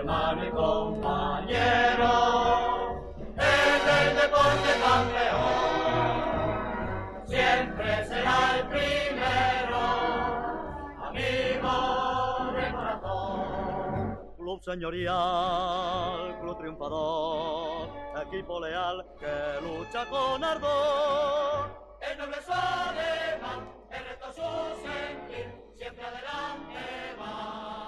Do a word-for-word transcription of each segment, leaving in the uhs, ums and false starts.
hermano y compañero, es el deporte campeón, siempre será el primero, amigo de corazón. Club señorial, club triunfador, equipo leal que lucha con ardor. El noble es alemán, el reto su sentir, siempre adelante va.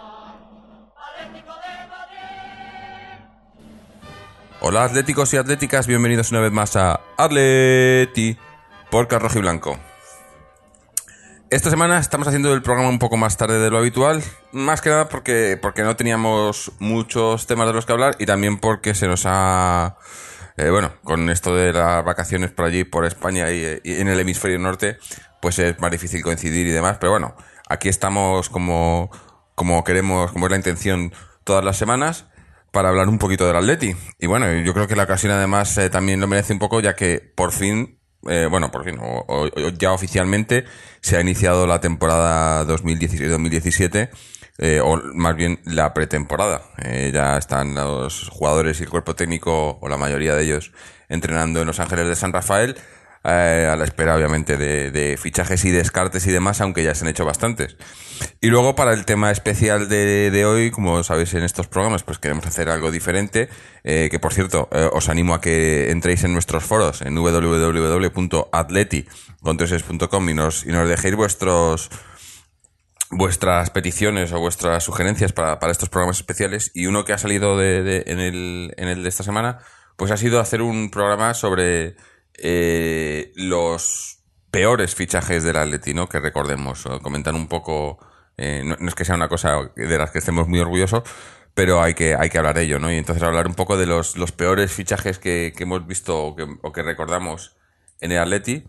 Atlético de Madrid. Hola atléticos y atléticas, bienvenidos una vez más a Atleti Podcast Rojo y Blanco. Esta semana estamos haciendo el programa un poco más tarde de lo habitual, más que nada porque, porque no teníamos muchos temas de los que hablar y también porque se nos ha... Eh, bueno, con esto de las vacaciones por allí, por España y, y en el hemisferio norte, pues es más difícil coincidir y demás, pero bueno, aquí estamos como, como queremos, como es la intención todas las semanas, para hablar un poquito del Atleti. Y bueno, yo creo que la ocasión además eh, también lo merece un poco, ya que por fin, eh, bueno, por fin, o, o, ya oficialmente se ha iniciado la temporada dos mil dieciséis dos mil diecisiete, eh, o más bien la pretemporada. Eh, ya están los jugadores y el cuerpo técnico, o la mayoría de ellos, entrenando en Los Ángeles de San Rafael, eh, a la espera obviamente de, de fichajes y descartes y demás, aunque ya se han hecho bastantes. Y luego para el tema especial de, de hoy, como sabéis en estos programas, pues queremos hacer algo diferente, eh, que por cierto, eh, os animo a que entréis en nuestros foros en doble u doble u doble u punto atleti punto com y nos, y nos dejéis vuestros vuestras peticiones o vuestras sugerencias para, para estos programas especiales. Y uno que ha salido de, de, en, el, en el de esta semana, pues ha sido hacer un programa sobre eh, los peores fichajes del Atleti, ¿no? Que recordemos, o comentar un poco, eh, no, no es que sea una cosa de las que estemos muy orgullosos, pero hay que, hay que hablar de ello, ¿no? Y entonces hablar un poco de los, los peores fichajes que, que hemos visto o que, o que recordamos en el Atleti.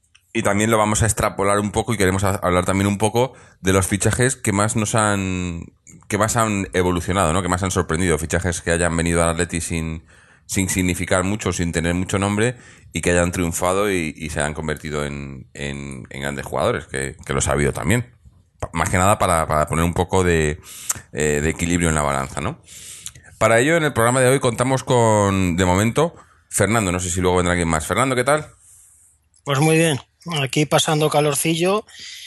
Y también lo vamos a extrapolar un poco y queremos hablar también un poco de los fichajes que más nos han, que más han evolucionado, ¿no? Que más han sorprendido. Fichajes que hayan venido al Atleti sin, sin significar mucho, sin tener mucho nombre y que hayan triunfado y, y se hayan convertido en, en, en grandes jugadores, que, que los ha habido también. Más que nada para, para poner un poco de, eh, de equilibrio en la balanza, ¿no? Para ello, en el programa de hoy contamos con, de momento, Fernando. No sé si luego vendrá alguien más. Fernando, ¿qué tal? Pues muy bien. Aquí pasando calorcillo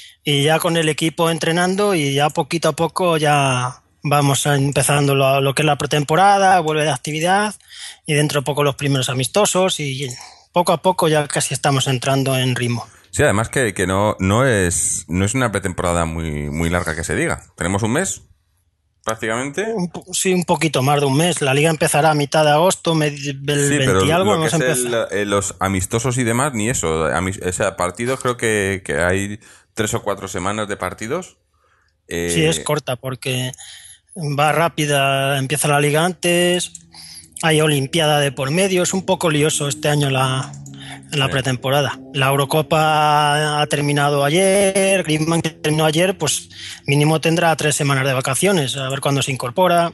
y ya con el equipo entrenando y ya poquito a poco ya vamos empezando lo, lo que es la pretemporada, vuelve de actividad y dentro de poco los primeros amistosos y poco a poco ya casi estamos entrando en ritmo. Sí, además que, que no, no es, no es una pretemporada muy, muy larga que se diga. Tenemos un mes, prácticamente. Un, sí, un poquito más de un mes. La liga empezará a mitad de agosto, el sí, veinte pero y algo. Lo que vamos es a el, los amistosos y demás, ni eso. O sea, partidos, creo que, que hay tres o cuatro semanas de partidos. Eh... Sí, es corta porque va rápida, empieza la liga antes, hay Olimpiada de por medio, es un poco lioso este año la, la sí. pretemporada. La Eurocopa ha terminado ayer, Griezmann terminó ayer, pues mínimo tendrá tres semanas de vacaciones, a ver cuándo se incorpora.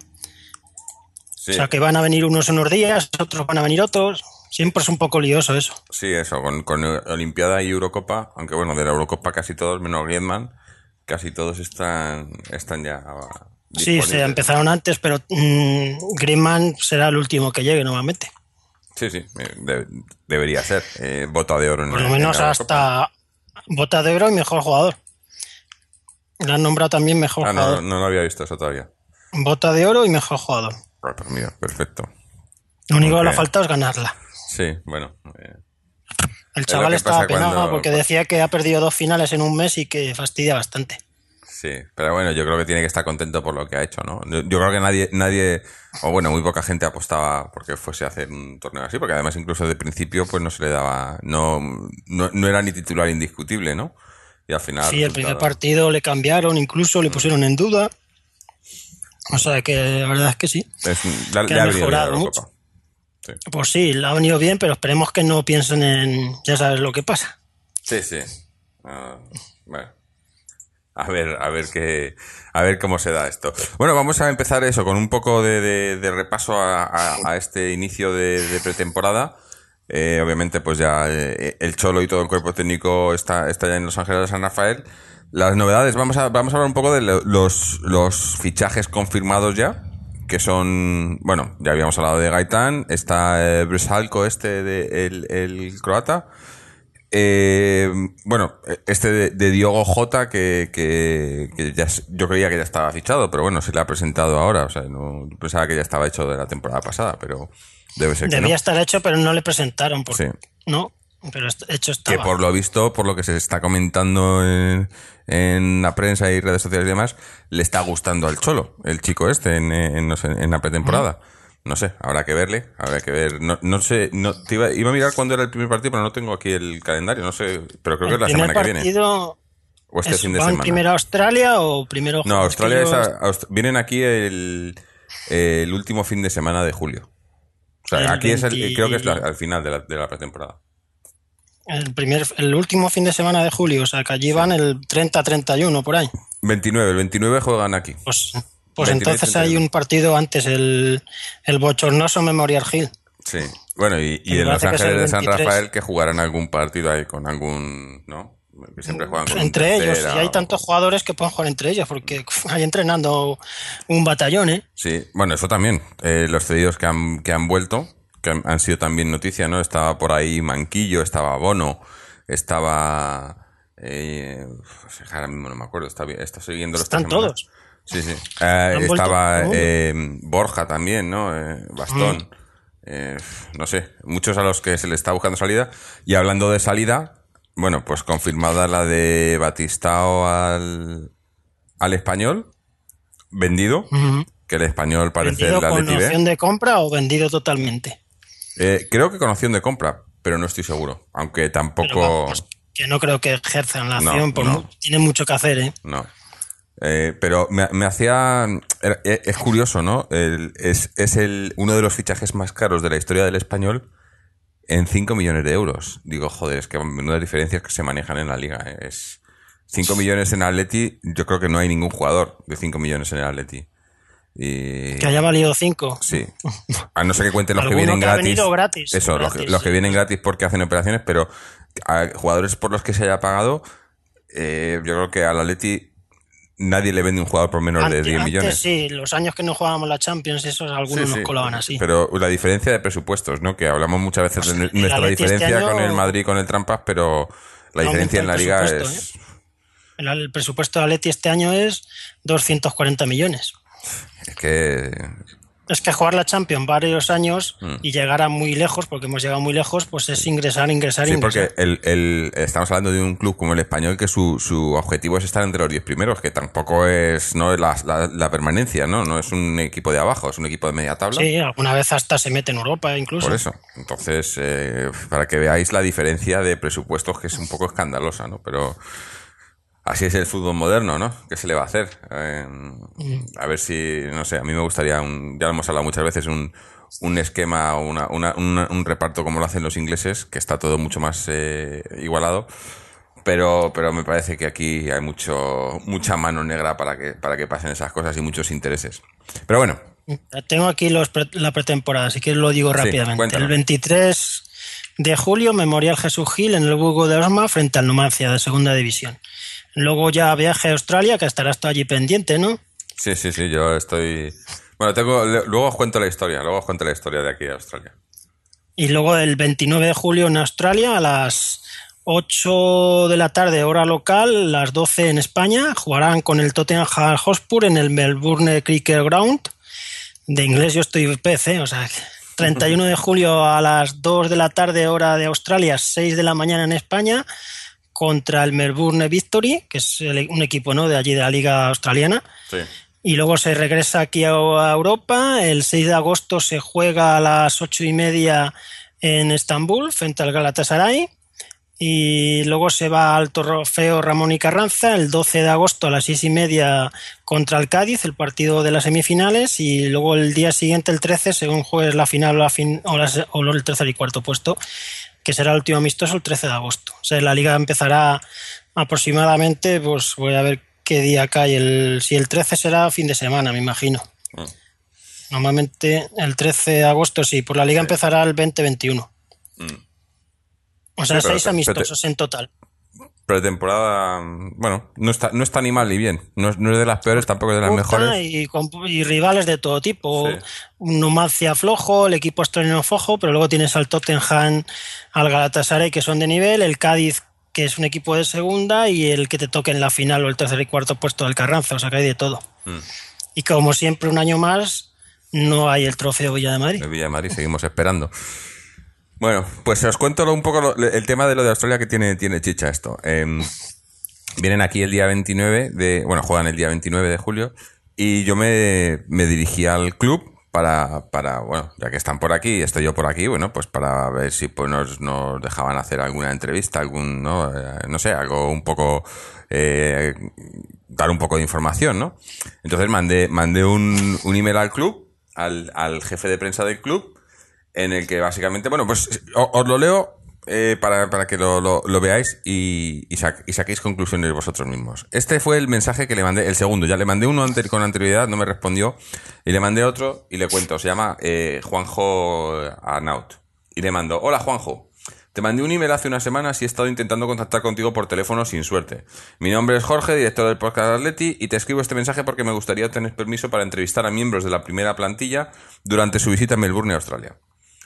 Sí. O sea que van a venir unos unos días, otros van a venir otros. Siempre es un poco lioso eso. Sí, eso, con, con Olimpiada y Eurocopa, aunque bueno, de la Eurocopa casi todos, menos Griezmann, casi todos están, están ya sí, se empezaron antes, pero mmm, Griezmann será el último que llegue nuevamente. Sí, sí, de, debería ser. Eh, bota de oro en Por lo menos hasta bota de oro y mejor jugador. Le han nombrado también mejor ah, jugador. No, no lo había visto eso todavía. Bota de oro y mejor jugador. Ah, pues mira, perfecto. Lo único okay. que le ha faltado es ganarla. Sí, bueno. Eh, el chaval estaba penado cuando... porque decía que ha perdido dos finales en un mes y que fastidia bastante. Sí, pero bueno, yo creo que tiene que estar contento por lo que ha hecho, ¿no? Yo creo que nadie, nadie, o bueno, muy poca gente apostaba porque fuese a hacer un torneo así, porque además incluso de principio pues no se le daba, no, no, no era ni titular indiscutible, ¿no? Y al final... Sí, el primer partido le cambiaron, incluso le pusieron en duda. O sea que la verdad es que sí. Es, la, que le ha ha mejorado mucho. Sí. Pues sí, le ha venido bien, pero esperemos que no piensen en... Ya sabes lo que pasa. Sí, sí. Uh, bueno. A ver, a ver qué, a ver cómo se da esto. Bueno, vamos a empezar eso con un poco de, de, de repaso a, a, a este inicio de, de pretemporada. Eh, obviamente, pues ya eh, el Cholo y todo el cuerpo técnico está, está ya en Los Ángeles de San Rafael. Las novedades, vamos a, vamos a hablar un poco de los, los fichajes confirmados ya, que son, bueno, ya habíamos hablado de Gaitán, está eh, Bresalco este, de, el, el croata, eh, bueno, este de, de Diogo Jota, que, que, que ya, yo creía que ya estaba fichado, pero bueno, se le ha presentado ahora, o sea, no, yo pensaba que ya estaba hecho de la temporada pasada, pero debe ser que Debía no. estar hecho, pero no le presentaron, porque Sí. no, pero hecho estaba. Que por lo visto, por lo que se está comentando en, en la prensa y redes sociales y demás, le está gustando al Cholo, el chico este, en, en, no sé, en la pretemporada. No sé, habrá que verle, habrá que ver. No, no sé, no, te iba, iba a mirar cuándo era el primer partido, pero no tengo aquí el calendario, no sé, pero creo que es la semana que viene. Partido O este es, fin de ¿van semana. primero a Australia o primero? No, Australia es, es que yo- a- Aust- vienen aquí el, el último fin de semana de julio. O sea, El aquí es el, veinte creo que es la- al final de la, de la pretemporada. El primer, el último fin de semana de julio, o sea que allí van el treinta treinta y uno por ahí. veintinueve, el veintinueve juegan aquí. Pues, pues veintinueve, entonces treinta y hay uno. un partido antes, el, el bochornoso Memorial Hill. Sí, bueno, y, y Me en Los parece que es el Ángeles de San veintitrés. Rafael que jugarán algún partido ahí con algún, ¿no? Que siempre juegan con un Entre ellos, tercera y hay o- tantos jugadores que pueden jugar entre ellos, porque hay entrenando un batallón, ¿eh? Sí, bueno, eso también. Eh, los cedidos que han, que han vuelto, que han, han sido también noticia, ¿no? Estaba por ahí Manquillo, estaba Bono, estaba... Eh, ahora mismo no me acuerdo, está, está siguiendo Están todos. Sí, sí. Eh, Han vuelto estaba todo el eh, Borja también, ¿no? Eh, Bastón. Eh, no sé, muchos a los que se le está buscando salida. Y hablando de salida, bueno, pues confirmada la de Batistao al, al Español, vendido, Ujú. que el Español parece ¿Vendido el con Atleti B. opción de compra o vendido totalmente? Eh, creo que con opción de compra, pero no estoy seguro. Aunque Pero tampoco... vamos, que no creo que ejerzan la No, acción, por no. mu- tiene mucho que hacer, ¿eh? No. Eh, pero me, me hacía... era- Es, es curioso, ¿no? El- es es el, uno de los fichajes más caros de la historia del Español en cinco millones de euros. Digo, joder, es que menudas diferencias que se manejan en la liga. ¿eh? Es cinco millones en Atleti, yo creo que no hay ningún jugador de cinco millones en el Atleti. Y... Que haya valido cinco. Sí. A no ser que cuenten los que Alguno vienen que ha gratis. venido gratis, Eso, los, que- gratis, los que sí. vienen gratis porque hacen operaciones, pero a jugadores por los que se haya pagado, eh, yo creo que al Atleti nadie le vende un jugador por menos de Ante- diez antes millones. sí, los años que no jugábamos la Champions, esos algunos Sí, sí. nos colaban así. Pero la diferencia de presupuestos, ¿no? Que hablamos muchas veces Pues de el nuestra Atleti este diferencia año con el Madrid y con el Trampas, pero la ha diferencia aumentado en la el liga presupuesto, es... El, el presupuesto de Atleti este año es doscientos cuarenta millones. Es que... Es que jugar la Champions varios años Mm. y llegar a muy lejos, porque hemos llegado muy lejos, pues es ingresar, ingresar, Sí, ingresar. porque el, el, estamos hablando de un club como el Español que su, su objetivo es estar entre los diez primeros, que tampoco es no es la, la, la permanencia, ¿no? No es un equipo de abajo, es un equipo de media tabla. Sí, alguna vez hasta se mete en Europa incluso. Por eso. Entonces, eh, para que veáis la diferencia de presupuestos, que es un poco escandalosa, ¿no? Pero así es el fútbol moderno, ¿no? ¿Qué se le va a hacer? Eh, a ver si, no sé, a mí me gustaría, un, ya lo hemos hablado muchas veces, un, un esquema, una, una, una- un reparto como lo hacen los ingleses, que está todo mucho más eh, igualado. Pero, pero me parece que aquí hay mucho, mucha mano negra para que, para que pasen esas cosas y muchos intereses. Pero bueno, Tengo aquí los pre- la pretemporada, así que lo digo Sí, rápidamente. cuéntanos. El veintitrés de julio, Memorial Jesús Gil en el Burgo de Osma frente al Numancia de Segunda División. Luego ya viaje a Australia, que estarás tú allí pendiente, ¿no? sí, sí, sí, yo estoy... Bueno, tengo, le- luego os cuento la historia, luego os cuento la historia de aquí de Australia. Y luego el veintinueve de julio en Australia a las ocho de la tarde hora local, las doce en España, jugarán con el Tottenham Hotspur en el Melbourne Cricket Ground. De inglés yo estoy P C, o sea, treinta y uno de julio a las dos de la tarde hora de Australia, seis de la mañana en España, contra el Melbourne Victory, que es el- un equipo, ¿no?, de allí de la liga australiana. Sí. Y luego se regresa aquí a a Europa. El seis de agosto se juega a las ocho y media en Estambul frente al Galatasaray. Y luego se va al Trofeo Ramón y Carranza el doce de agosto a las seis y media contra el Cádiz, el partido de las semifinales. Y luego el día siguiente, el trece, según juegues la final o, la fin, o, las, o el tercer y cuarto puesto, que será el último amistoso el trece de agosto. O sea, la liga empezará aproximadamente, pues voy a ver qué día cae. El, si el trece será fin de semana, me imagino. Mm. Normalmente el trece de agosto sí, por la liga empezará el veinte veintiuno. Mm. O sea, Sí, pero seis te- amistosos en total. pretemporada, bueno, no está, no está ni mal ni bien. No es, no es de las peores, tampoco es de las mejores. Y, con, y rivales de todo tipo. Sí. Un Numancia flojo, el equipo australiano flojo, pero luego tienes al Tottenham, al Galatasaray, que son de nivel, el Cádiz, que es un equipo de segunda, y el que te toque en la final o el tercer y cuarto puesto del Carranza. O sea que hay de todo. Mm. Y como siempre, un año más, no hay el trofeo Villa de Madrid. El Villa de Madrid, seguimos esperando. Bueno, pues os cuento un poco lo, el tema de lo de Australia, que tiene, tiene chicha esto. Eh, vienen aquí el día veintinueve de... Bueno, juegan el día veintinueve de julio y yo me, me dirigí al club para, para, bueno, ya que están por aquí, estoy yo por aquí, bueno, pues para ver si pues nos, nos dejaban hacer alguna entrevista, algún, no, eh, no sé, algo un poco... Eh, dar un poco de información, ¿no? Entonces mandé, mandé un, un email al club, al, al jefe de prensa del club, en el que básicamente, bueno, pues os lo leo eh, para, para que lo, lo, lo veáis y, y, sa- y saquéis conclusiones vosotros mismos. Este fue el mensaje que le mandé, el segundo. Ya le mandé uno antes con anterioridad, no me respondió, y le mandé otro y le cuento. Se llama eh, Juanjo Arnaut. Y le mando: hola Juanjo, te mandé un email hace unas semanas y he estado intentando contactar contigo por teléfono sin suerte. Mi nombre es Jorge, director del podcast Atleti, y te escribo este mensaje porque me gustaría tener permiso para entrevistar a miembros de la primera plantilla durante su visita a Melbourne, Australia.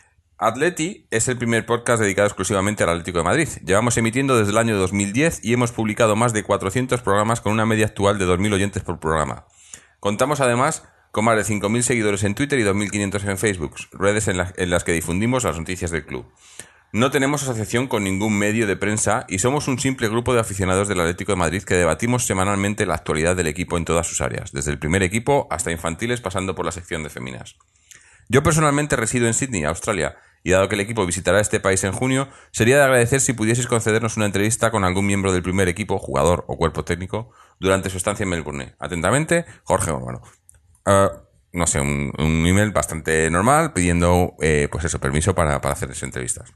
Atleti es el primer podcast dedicado exclusivamente al Atlético de Madrid. Llevamos emitiendo desde el año dos mil diez y hemos publicado más de cuatrocientos programas con una media actual de dos mil oyentes por programa. Contamos además con más de cinco mil seguidores en Twitter y dos mil quinientos en Facebook, redes en, la, en las que difundimos las noticias del club. No tenemos asociación con ningún medio de prensa y somos un simple grupo de aficionados del Atlético de Madrid que debatimos semanalmente la actualidad del equipo en todas sus áreas, desde el primer equipo hasta infantiles pasando por la sección de féminas. Yo personalmente resido en Sydney, Australia, y dado que el equipo visitará este país en junio, sería de agradecer si pudieseis concedernos una entrevista con algún miembro del primer equipo, jugador o cuerpo técnico, durante su estancia en Melbourne. Atentamente, Jorge Urbano. Uh, no sé, un, un email bastante normal pidiendo, eh, pues eso, permiso para, para hacer esas entrevistas.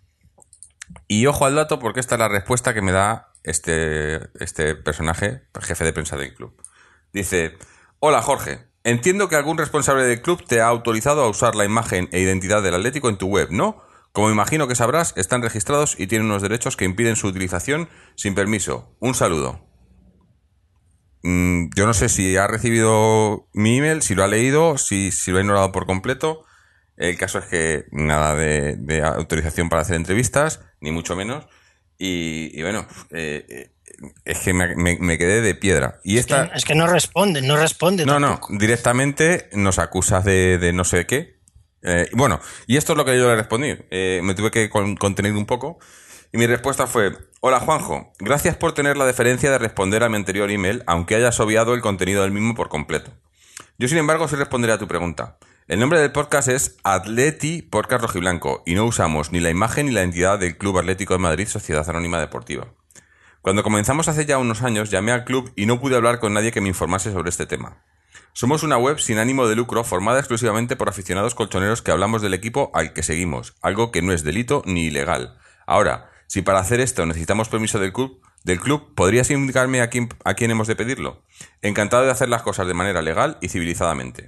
Y ojo al dato, porque esta es la respuesta que me da este, este personaje, jefe de prensa del club. Dice: hola Jorge, entiendo que algún responsable del club te ha autorizado a usar la imagen e identidad del Atlético en tu web, ¿no? Como imagino que sabrás, están registrados y tienen unos derechos que impiden su utilización sin permiso. Un saludo. Mm, yo no sé si ha recibido mi email, si lo ha leído, si, si lo ha ignorado por completo. El caso es que nada de, de autorización para hacer entrevistas, ni mucho menos. Y, y bueno, eh, es que me, me, me quedé de piedra. Y es, esta, que, es que no responde, no responde. No, tampoco. no, directamente nos acusa de, de no sé qué. Eh, bueno, y esto es lo que yo le respondí. Eh, me tuve que con, contener un poco. Y mi respuesta fue: hola Juanjo, gracias por tener la deferencia de responder a mi anterior email, aunque hayas obviado el contenido del mismo por completo. Yo, sin embargo, sí responderé a tu pregunta. El nombre del podcast es Atleti Podcast Rojiblanco y no usamos ni la imagen ni la entidad del Club Atlético de Madrid Sociedad Anónima Deportiva. Cuando comenzamos hace ya unos años, llamé al club y no pude hablar con nadie que me informase sobre este tema. Somos una web sin ánimo de lucro formada exclusivamente por aficionados colchoneros que hablamos del equipo al que seguimos, algo que no es delito ni ilegal. Ahora, si para hacer esto necesitamos permiso del club, del club, ¿podrías indicarme a quién, a quién hemos de pedirlo? Encantado de hacer las cosas de manera legal y civilizadamente.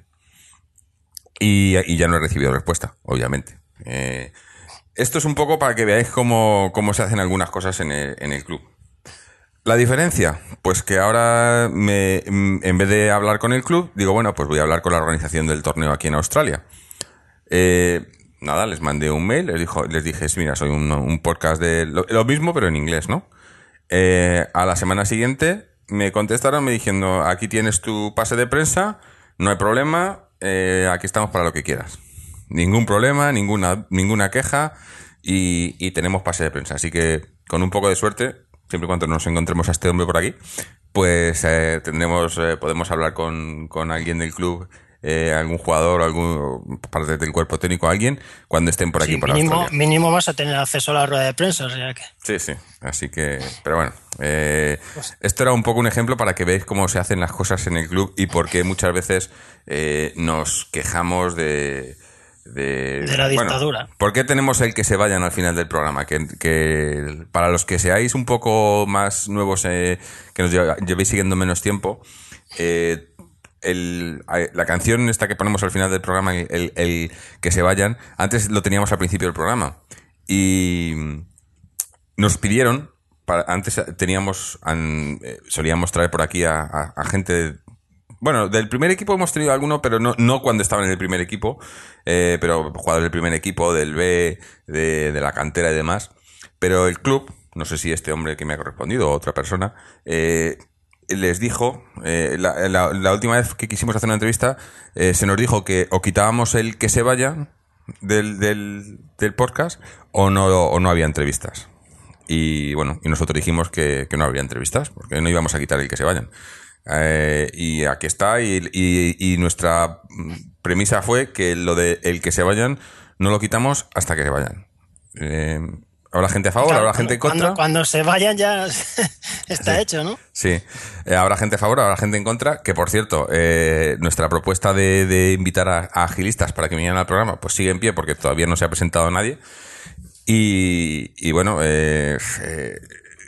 Y, y ya no he recibido respuesta, obviamente. Eh, esto es un poco para que veáis cómo, cómo se hacen algunas cosas en el, en el club. ¿La diferencia? Pues que ahora, me, en vez de hablar con el club, digo, bueno, pues voy a hablar con la organización del torneo aquí en Australia. Eh, nada, les mandé un mail, les, dijo, les dije, mira, soy un, un podcast de lo, lo mismo, pero en inglés, ¿no? Eh, a la semana siguiente me contestaron me diciendo: aquí tienes tu pase de prensa, no hay problema, eh, aquí estamos para lo que quieras. Ningún problema, ninguna, ninguna queja y, y tenemos pase de prensa. Así que con un poco de suerte, siempre y cuando nos encontremos a este hombre por aquí, pues eh, tendremos, eh, podemos hablar con, con alguien del club, eh, algún jugador, algún parte del cuerpo técnico, alguien, cuando estén por aquí, sí, por mínimo, Australia. Mínimo vas a tener acceso a la rueda de prensa, o sea que... Sí, sí, así que, pero bueno, eh, esto era un poco un ejemplo para que veáis cómo se hacen las cosas en el club y por qué muchas veces eh, nos quejamos de... De, de la dictadura. Bueno, ¿por qué tenemos el que se vayan al final del programa? Que, que para los que seáis un poco más nuevos, eh, que nos llevéis siguiendo menos tiempo, eh, el, la canción esta que ponemos al final del programa, el, el, el que se vayan, antes lo teníamos al principio del programa y nos pidieron para, antes teníamos, an, eh, solíamos traer por aquí a, a, a gente, bueno, del primer equipo hemos tenido alguno, pero no, no cuando estaban en el primer equipo, eh, pero jugadores del primer equipo, del B, de, de la cantera y demás. Pero el club, no sé si este hombre que me ha correspondido o otra persona, eh, les dijo, eh, la, la, la última vez que quisimos hacer una entrevista, eh, se nos dijo que o quitábamos el que se vayan del, del, del podcast o no, o no había entrevistas. Y bueno, y nosotros dijimos que, que no habría entrevistas, porque no íbamos a quitar el que se vayan. Eh, y aquí está, y, y, y nuestra premisa fue que lo de el que se vayan no lo quitamos hasta que se vayan. Eh, ¿Habrá gente a favor? Claro, ¿Habrá gente en contra? Cuando, cuando se vayan ya está sí. hecho, ¿no? Sí. Eh, habrá gente a favor, habrá gente en contra. Que, por cierto, eh, nuestra propuesta de, de invitar a, a agilistas para que vinieran al programa, pues sigue en pie porque todavía no se ha presentado nadie. Y, y bueno, eh, eh,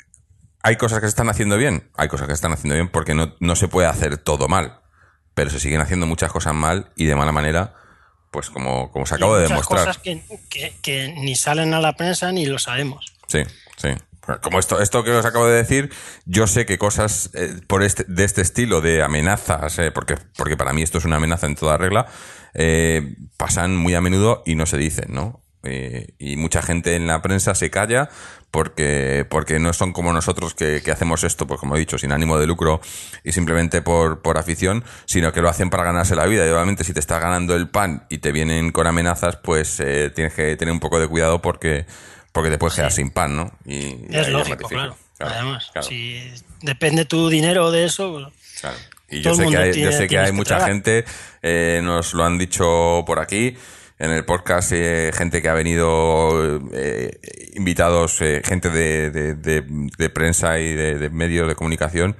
hay cosas que se están haciendo bien. Hay cosas que se están haciendo bien porque no, no se puede hacer todo mal. Pero se siguen haciendo muchas cosas mal y de mala manera. Pues como, como se acabo de demostrar. Cosas que, que, que ni salen a la prensa ni lo sabemos. Sí, sí. Como esto, esto que os acabo de decir, yo sé que cosas eh, por este, de este estilo de amenazas, eh, porque, porque para mí esto es una amenaza en toda regla, eh, pasan muy a menudo y no se dicen, ¿no? Eh, y mucha gente en la prensa se calla porque, porque no son como nosotros que, que hacemos esto, pues como he dicho, sin ánimo de lucro y simplemente por, por afición, sino que lo hacen para ganarse la vida. Y obviamente si te estás ganando el pan y te vienen con amenazas, pues eh, tienes que tener un poco de cuidado porque, porque te puedes quedar sí. sin pan, ¿no? Y, y es lógico, claro. claro. Además, claro. si depende tu dinero de eso... Pues... Claro. Y yo sé, que hay, tiene, yo sé que hay mucha tragar. gente, eh, nos lo han dicho por aquí, en el podcast, eh, gente que ha venido, eh, invitados, eh, gente de, de, de, de prensa y de, de medios de comunicación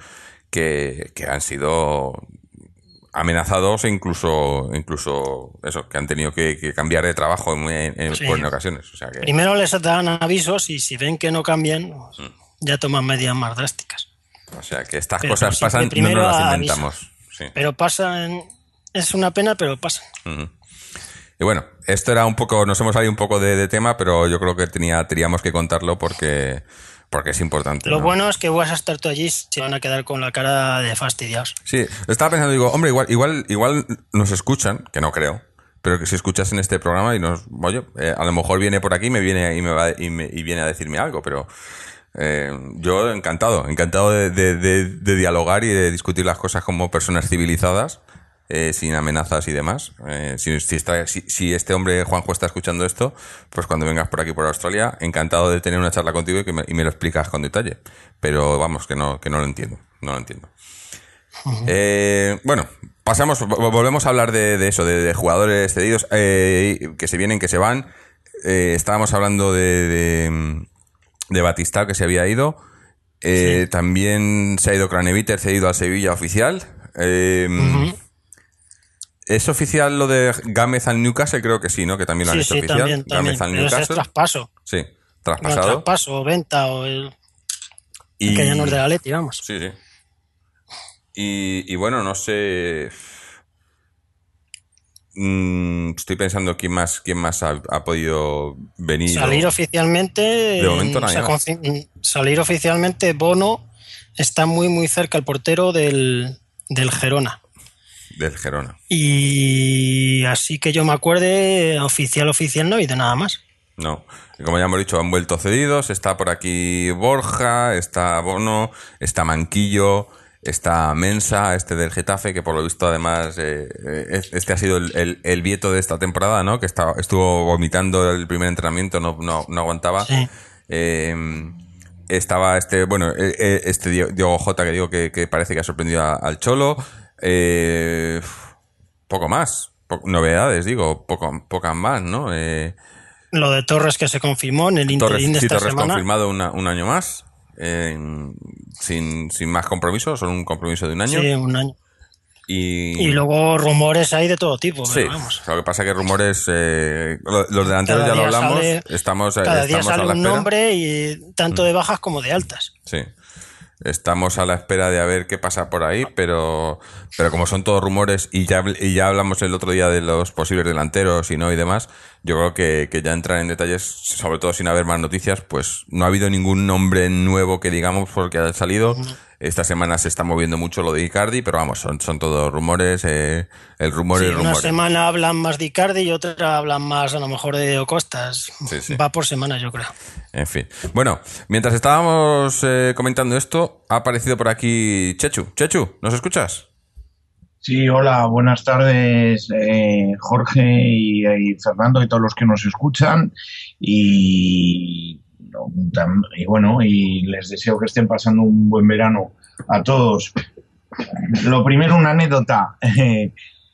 que, que han sido amenazados e incluso, incluso eso, que han tenido que, que cambiar de trabajo en, en, sí. en ocasiones. O sea que... Primero les dan avisos y si ven que no cambian, pues, mm. ya toman medidas más drásticas. O sea que estas pero, cosas pasan, no nos las inventamos. Sí. Pero pasan, es una pena, pero pasan. Uh-huh. Y bueno, esto era un poco, nos hemos salido un poco de, de tema, pero yo creo que tenía, teníamos que contarlo porque, porque es importante. Lo ¿no? bueno es que vas a estar tú allí, se van a quedar con la cara de fastidiados. Sí, estaba pensando, digo, hombre, igual, igual, igual nos escuchan, que no creo, pero que si escuchasen este programa y nos, oye, eh, a lo mejor viene por aquí me viene, y me va y, me, y viene a decirme algo, pero eh, yo encantado, encantado de, de, de, de dialogar y de discutir las cosas como personas civilizadas. Eh, sin amenazas y demás. Eh, si, si, está, si, si este hombre, Juanjo, está escuchando esto, pues cuando vengas por aquí por Australia, encantado de tener una charla contigo y, que me, y me lo explicas con detalle. Pero vamos, que no, que no lo entiendo. No lo entiendo. Uh-huh. Eh, bueno, pasamos, volvemos a hablar de, de eso, de, de jugadores cedidos eh, que se vienen, que se van. Eh, estábamos hablando de, de, de Batistao, que se había ido. Eh, sí. También se ha ido Craneviter, cedido al Sevilla oficial. Eh, uh-huh. ¿Es oficial lo de Gámez al Newcastle? Creo que sí, ¿no? Que también lo han sí, hecho sí, oficial. También, también. Gámez al Newcastle. Es traspaso. Sí, traspasado. No, traspaso o venta o el... Y... que ya no es de la Leti, vamos. Sí, sí. Y, y bueno, no sé... Mm, estoy pensando quién más, quién más ha, ha podido venir. Salir o... oficialmente... De momento nadie más. Salir oficialmente, Bono está muy, muy cerca el portero del, del Gerona. Del Gerona. Y así que yo me acuerde, oficial, oficial no ha habido nada más. No. Y como ya hemos dicho, han vuelto cedidos. Está por aquí Borja, está Bono, está Manquillo, está Mensa, este del Getafe, que por lo visto además eh, este ha sido el, el, el Vieto de esta temporada, ¿no? Que está, estuvo vomitando el primer entrenamiento, no, no, no aguantaba. Sí. Eh, estaba este, bueno, este Diogo Jota, que digo que, que parece que ha sorprendido a, al Cholo. Eh, poco más, po- novedades, digo, poco, pocas más, ¿no? Eh, Lo de Torres que se confirmó en el Torres, interín de sí, esta Torres semana. confirmado una, un año más, eh, sin, sin más compromiso, solo un compromiso de un año. Sí, un año. Y, y luego rumores hay de todo tipo. Sí, pero vamos. lo que pasa es que rumores, eh, los delanteros Cada ya lo día hablamos, sale- estamos, Cada estamos día a sale la un espera. nombre y tanto de bajas como de altas. Sí. Estamos a la espera de a ver qué pasa por ahí, pero pero como son todos rumores y ya y ya hablamos el otro día de los posibles delanteros y no y demás, yo creo que, que ya entrar en detalles, sobre todo sin haber más noticias, pues no ha habido ningún nombre nuevo que digamos porque ha salido. Esta semana se está moviendo mucho lo de Icardi, pero vamos, son, son todos rumores, eh, el rumor sí, y el rumor. Una semana hablan más de Icardi y otra hablan más a lo mejor de Diego Costas. Sí, sí. Va por semana, yo creo. En fin. Bueno, mientras estábamos eh, comentando esto, ha aparecido por aquí Chechu. Chechu, ¿nos escuchas? Sí, hola, buenas tardes, eh, Jorge y, y Fernando y todos los que nos escuchan. Y, y bueno, y les deseo que estén pasando un buen verano a todos. Lo primero, una anécdota. Eh,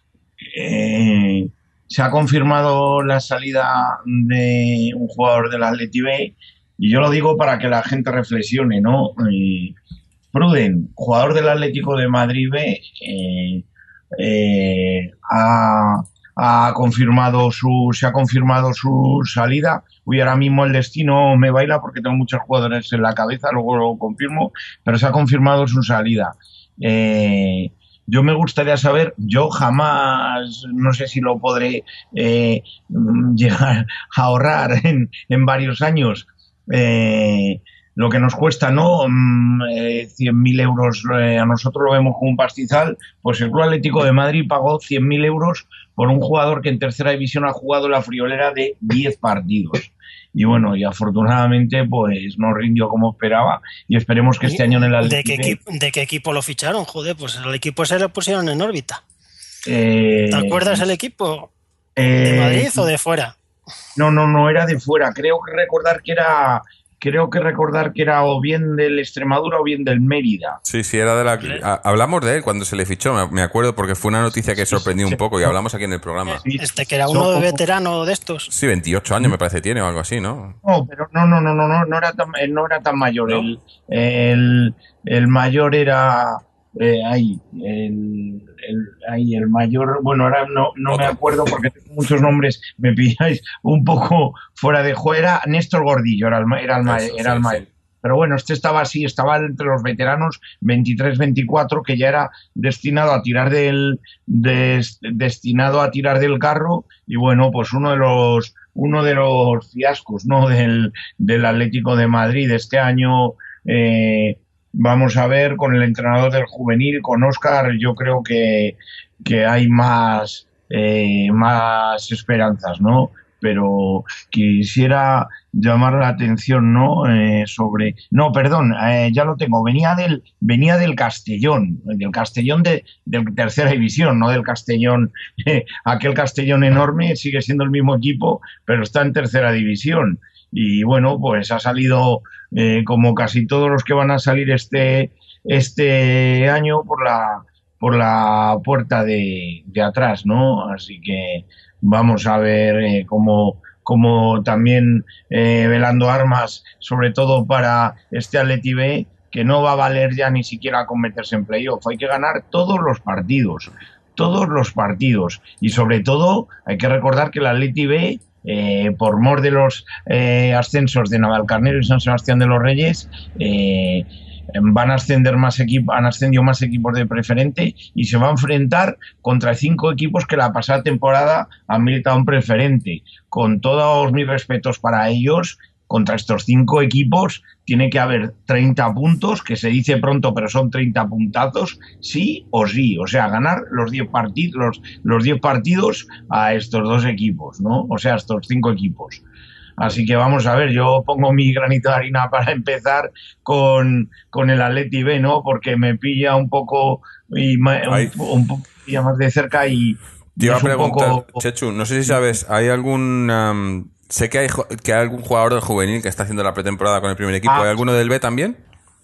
eh, se ha confirmado la salida de un jugador del Atleti B y yo lo digo para que la gente reflexione, ¿no? Eh, Pruden, jugador del Atlético de Madrid B, eh, eh, ha, ha confirmado su, se ha confirmado su salida. Uy, ahora mismo el destino me baila porque tengo muchos jugadores en la cabeza, luego lo confirmo, pero se ha confirmado su salida. Eh, Yo me gustaría saber, yo jamás, no sé si lo podré eh, llegar a ahorrar en, en varios años, eh, lo que nos cuesta, ¿no? Eh, cien mil euros, eh, a nosotros lo vemos como un pastizal, pues el Club Atlético de Madrid pagó cien mil euros por un jugador que en tercera división ha jugado la friolera de diez partidos. Y bueno, y afortunadamente pues no rindió como esperaba y esperemos que este año en el Atlético... ¿De qué, equipo, ¿De qué equipo lo ficharon? Joder, pues el equipo ese lo pusieron en órbita. Eh, ¿Te acuerdas el equipo? Eh, ¿De Madrid o de fuera? No, no, no, era de fuera. Creo que recordar que era... Creo que recordar que era o bien del Extremadura o bien del Mérida. Sí, sí, era de la... A, hablamos de él cuando se le fichó, me acuerdo, porque fue una noticia que sorprendió un poco y hablamos aquí en el programa. Este que era uno de veterano de estos. Sí, veintiocho años me parece tiene o algo así, ¿no? No, pero no, no, no, no, no, no era tan, no era tan mayor. ¿No? El, el, el mayor era... Eh, ahí, el, el, ahí, el mayor, bueno, ahora no, no me acuerdo porque tengo muchos nombres, me pilláis un poco fuera de juego, era Néstor Gordillo, era el, era el, Eso, era el sí, mayor. Sí. Pero bueno, este estaba así, estaba entre los veteranos veintitrés veinticuatro, que ya era destinado a tirar del, des, destinado a tirar del carro, y bueno, pues uno de los, uno de los fiascos, ¿no? del, del Atlético de Madrid este año. eh, Vamos a ver con el entrenador del juvenil, con Óscar, yo creo que, que hay más, eh, más esperanzas, ¿no? Pero quisiera llamar la atención, ¿no? Eh, sobre... No, perdón, eh, ya lo tengo. Venía del, venía del Castellón, del Castellón de, de tercera división, no del Castellón. Eh, aquel Castellón enorme sigue siendo el mismo equipo, pero está en tercera división. Y bueno, pues ha salido, eh, como casi todos los que van a salir este, este año, por la, por la puerta de, de atrás, ¿no? Así que vamos a ver eh, cómo, cómo también eh, velando armas, sobre todo para este Atleti B, que no va a valer ya ni siquiera con meterse en playoff. Hay que ganar todos los partidos, todos los partidos. Y sobre todo hay que recordar que el Atleti B... Eh, por mor de los eh, ascensos de Navalcarnero y San Sebastián de los Reyes, eh, van a ascender más equipos, han ascendido más equipos de preferente y se va a enfrentar contra cinco equipos que la pasada temporada han militado en preferente. Con todos mis respetos para ellos, contra estos cinco equipos tiene que haber treinta puntos, que se dice pronto, pero son treinta puntazos, sí o sí. O sea, ganar los diez partidos, los, los diez partidos a estos dos equipos, ¿no? O sea, a estos cinco equipos. Así que vamos a ver, yo pongo mi granito de harina para empezar con, con el Atleti B, ¿no? Porque me pilla un poco, y un, un poco más de cerca y... Te iba a preguntar, poco... Chechu, no sé si sabes, ¿hay algún... Um... Sé que hay, que hay algún jugador del juvenil que está haciendo la pretemporada con el primer equipo. Ah, ¿hay alguno del B también?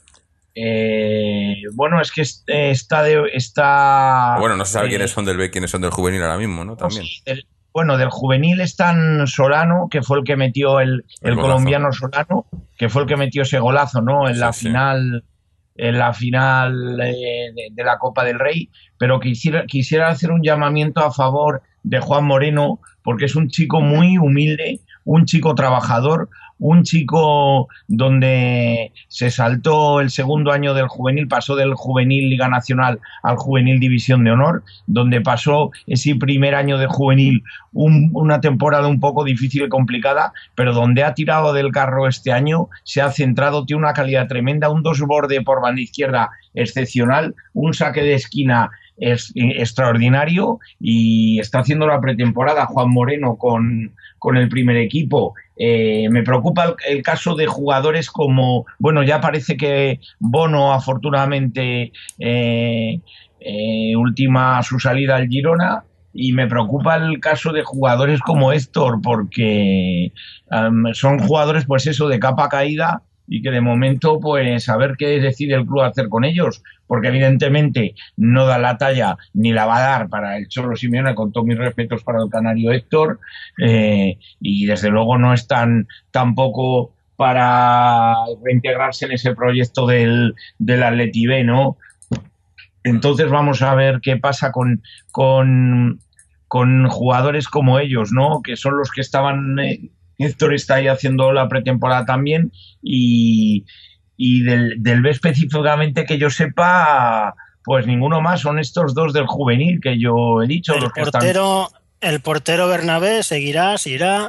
Eh, bueno, es que está... De, está bueno, no se sabe eh, quiénes son del B, quiénes son del juvenil ahora mismo, ¿no? También. Sí, del, bueno, del juvenil están Solano, que fue el que metió el, el, el colombiano Solano, que fue el que metió ese golazo, ¿no? En sí, la sí. final... en la final eh, de, de la Copa del Rey, pero quisiera, quisiera hacer un llamamiento a favor de Juan Moreno, porque es un chico muy humilde, un chico trabajador, un chico donde se saltó el segundo año del juvenil, pasó del juvenil Liga Nacional al juvenil División de Honor, donde pasó ese primer año de juvenil un, una temporada un poco difícil y complicada, pero donde ha tirado del carro este año, se ha centrado, tiene una calidad tremenda, un dos borde por banda izquierda excepcional, un saque de esquina es extraordinario y está haciendo la pretemporada Juan Moreno con, con el primer equipo. Eh, me preocupa el, el caso de jugadores como, bueno, ya parece que Bono afortunadamente eh, eh, ultima su salida al Girona, y me preocupa el caso de jugadores como Héctor, porque um, son jugadores pues eso, de capa caída, y que de momento pues a ver qué decide el club hacer con ellos, porque evidentemente no da la talla ni la va a dar para el Cholo Simeone, con todos mis respetos para el canario Héctor, eh, y desde luego no están tampoco para reintegrarse en ese proyecto del, del Atleti B, ¿no? Entonces vamos a ver qué pasa con, con, con jugadores como ellos, ¿no? Que son los que estaban... Eh, Héctor está ahí haciendo la pretemporada también, y, y del, del B específicamente que yo sepa, pues ninguno más, son estos dos del juvenil que yo he dicho. El los que portero, están... el portero Bernabé seguirá, se irá.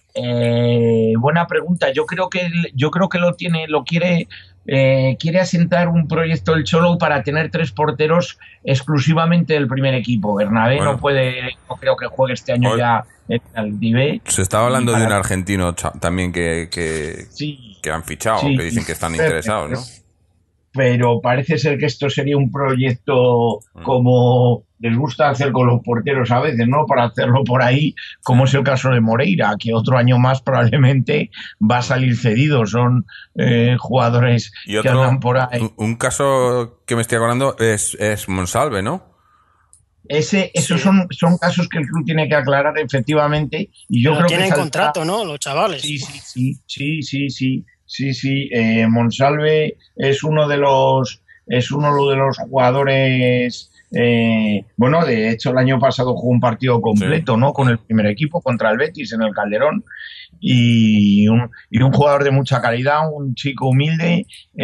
Eh, buena pregunta. Yo creo que yo creo que lo tiene, lo quiere, eh, quiere asentar un proyecto el Cholo para tener tres porteros exclusivamente del primer equipo. Bernabé bueno, no puede, no creo que juegue este año hoy, ya en el D B. Se estaba hablando para... de un argentino también que, que, sí, que han fichado, sí, que dicen que están pero, interesados, ¿no? Pero parece ser que esto sería un proyecto como les gusta hacer con los porteros a veces, ¿no? Para hacerlo por ahí, como es el caso de Moreira, que otro año más probablemente va a salir cedido. Son eh, jugadores y otro, que andan por ahí. Un caso que me estoy acordando es, es Monsalve, ¿no? Ese, esos sí. son, son casos que el club tiene que aclarar efectivamente. Y yo Pero creo tienen que saldrá... contrato, ¿no? Los chavales. Sí, sí, sí, sí, sí, sí. Sí, sí, eh, Monsalve es uno de los es uno de los jugadores, eh, bueno, de hecho el año pasado jugó un partido completo, sí, ¿no? Con el primer equipo contra el Betis en el Calderón, y un, y un jugador de mucha calidad, un chico humilde,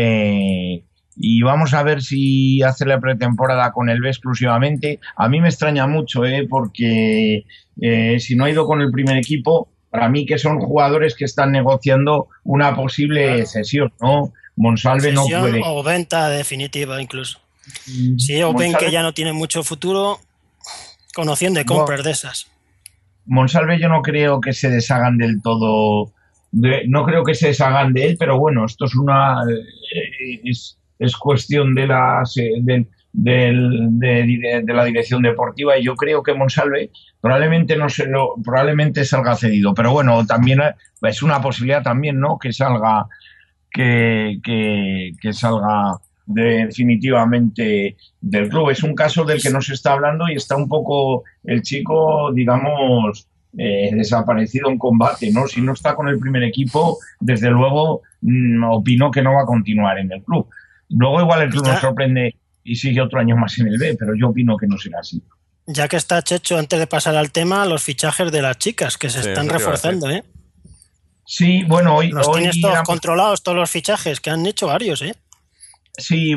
eh, y vamos a ver si hace la pretemporada con el B exclusivamente. A mí me extraña mucho, eh, porque eh, si no ha ido con el primer equipo, para mí que son jugadores que están negociando una posible cesión, ¿no? Monsalve no puede. O venta definitiva incluso. Si ellos ven que ya no tiene mucho futuro, conociendo de compras no, de esas. Monsalve yo no creo que se deshagan del todo, de, no creo que se deshagan de él, pero bueno, esto es una es, es cuestión de las de, de, de, de la dirección deportiva, y yo creo que Monsalve probablemente no se lo, probablemente salga cedido, pero bueno, también es una posibilidad también, ¿no? Que salga, que, que, que salga definitivamente del club. Es un caso del que no se está hablando y está un poco el chico, digamos, eh, desaparecido en combate, ¿no? Si no está con el primer equipo, desde luego mmm, opino que no va a continuar en el club. Luego igual el club nos sorprende y sigue otro año más en el B, pero yo opino que no será así. Ya que está Checho, antes de pasar al tema, los fichajes de las chicas que se sí, están reforzando, ¿eh? Sí, bueno, hoy... Los hoy tienes todos éramos... controlados, todos los fichajes, que han hecho varios, ¿eh? Sí,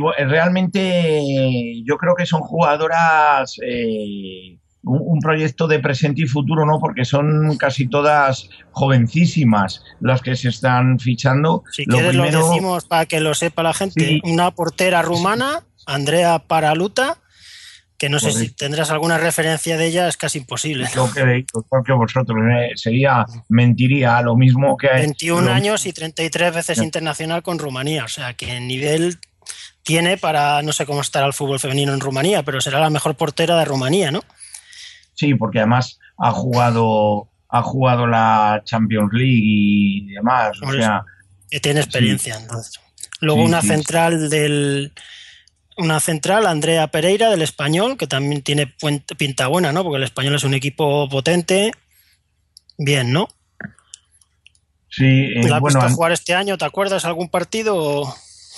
realmente yo creo que son jugadoras, eh, un, un proyecto de presente y futuro, ¿no? Porque son casi todas jovencísimas las que se están fichando. Si lo quieres primero... lo decimos para que lo sepa la gente. Sí. Una portera rumana, Andrea Paraluta, que no sé Correcto. Si tendrás alguna referencia de ella, es casi imposible. Lo que he dicho, porque vosotros eh, sería, mentiría lo mismo que... veintiún lo... años y treinta y tres veces sí. internacional con Rumanía, o sea que en nivel tiene para, no sé cómo estará el fútbol femenino en Rumanía, pero será la mejor portera de Rumanía, ¿no? Sí, porque además ha jugado ha jugado la Champions League y demás, o sea... Que tiene experiencia, sí. Entonces. Luego sí, una sí, central sí. del... Una central, Andrea Pereira, del Español, que también tiene pinta buena, ¿no? Porque el Español es un equipo potente. Bien, ¿no? Sí. Eh, ¿La has bueno, visto jugar este año? ¿Te acuerdas algún partido?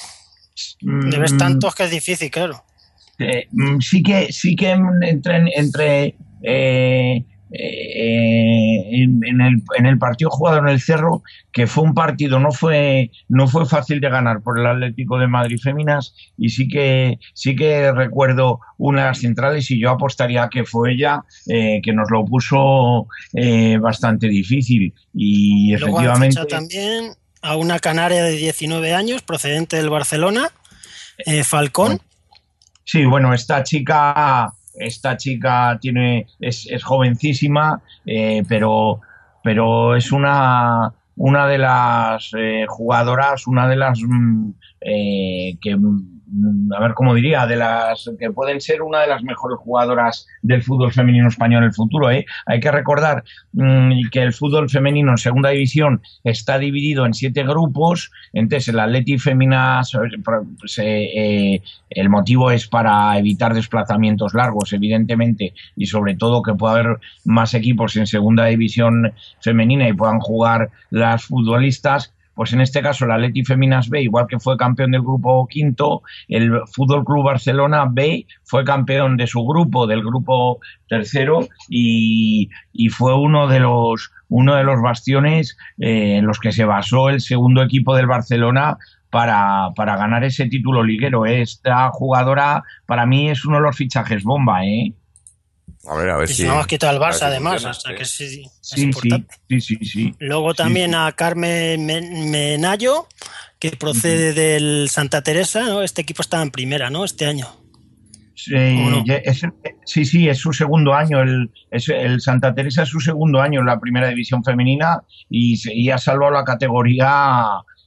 Mm, Debes tantos que es difícil, claro. Eh, sí que sí que entre, entre eh, eh, en, en, el, en el partido jugado en el Cerro, que fue un partido, no fue, no fue fácil de ganar por el Atlético de Madrid Féminas, y sí que, sí que recuerdo una de las centrales, y yo apostaría a que fue ella, eh, que nos lo puso eh, bastante difícil. Y luego efectivamente. Han fichado también a una canaria de diecinueve años, procedente del Barcelona, eh, Falcón. Bueno, sí, bueno, esta chica. Esta chica tiene es, es jovencísima, eh, pero, pero es una, una de las eh, jugadoras, una de las mm, eh, que, mm, a ver cómo diría, de las que pueden ser una de las mejores jugadoras del fútbol femenino español en el futuro. ¿eh? Hay que recordar mm, que el fútbol femenino en segunda división está dividido en siete grupos. Entonces el Atleti Femina se, eh, el motivo es para evitar desplazamientos largos, evidentemente, y sobre todo que pueda haber más equipos en segunda división femenina y puedan jugar las futbolistas. Pues en este caso el Atleti Féminas B, igual que fue campeón del grupo quinto, el Fútbol Club Barcelona B fue campeón de su grupo, del grupo tercero, y, y fue uno de los uno de los bastiones eh, en los que se basó el segundo equipo del Barcelona para, para ganar ese título liguero. Esta jugadora para mí es uno de los fichajes bomba, ¿eh? A ver, a ver y si... si no hemos quitado el Barça, si además, funciona, o sea sí. que sí, es Sí, importante. sí, sí, sí, sí. Luego también Sí. a Carmen Menayo, que procede del Santa Teresa, ¿no? Este equipo está en primera, ¿no? Este año. Sí, no? es, sí, sí, es su segundo año. El, es, el Santa Teresa es su segundo año en la primera división femenina y, y ha salvado la categoría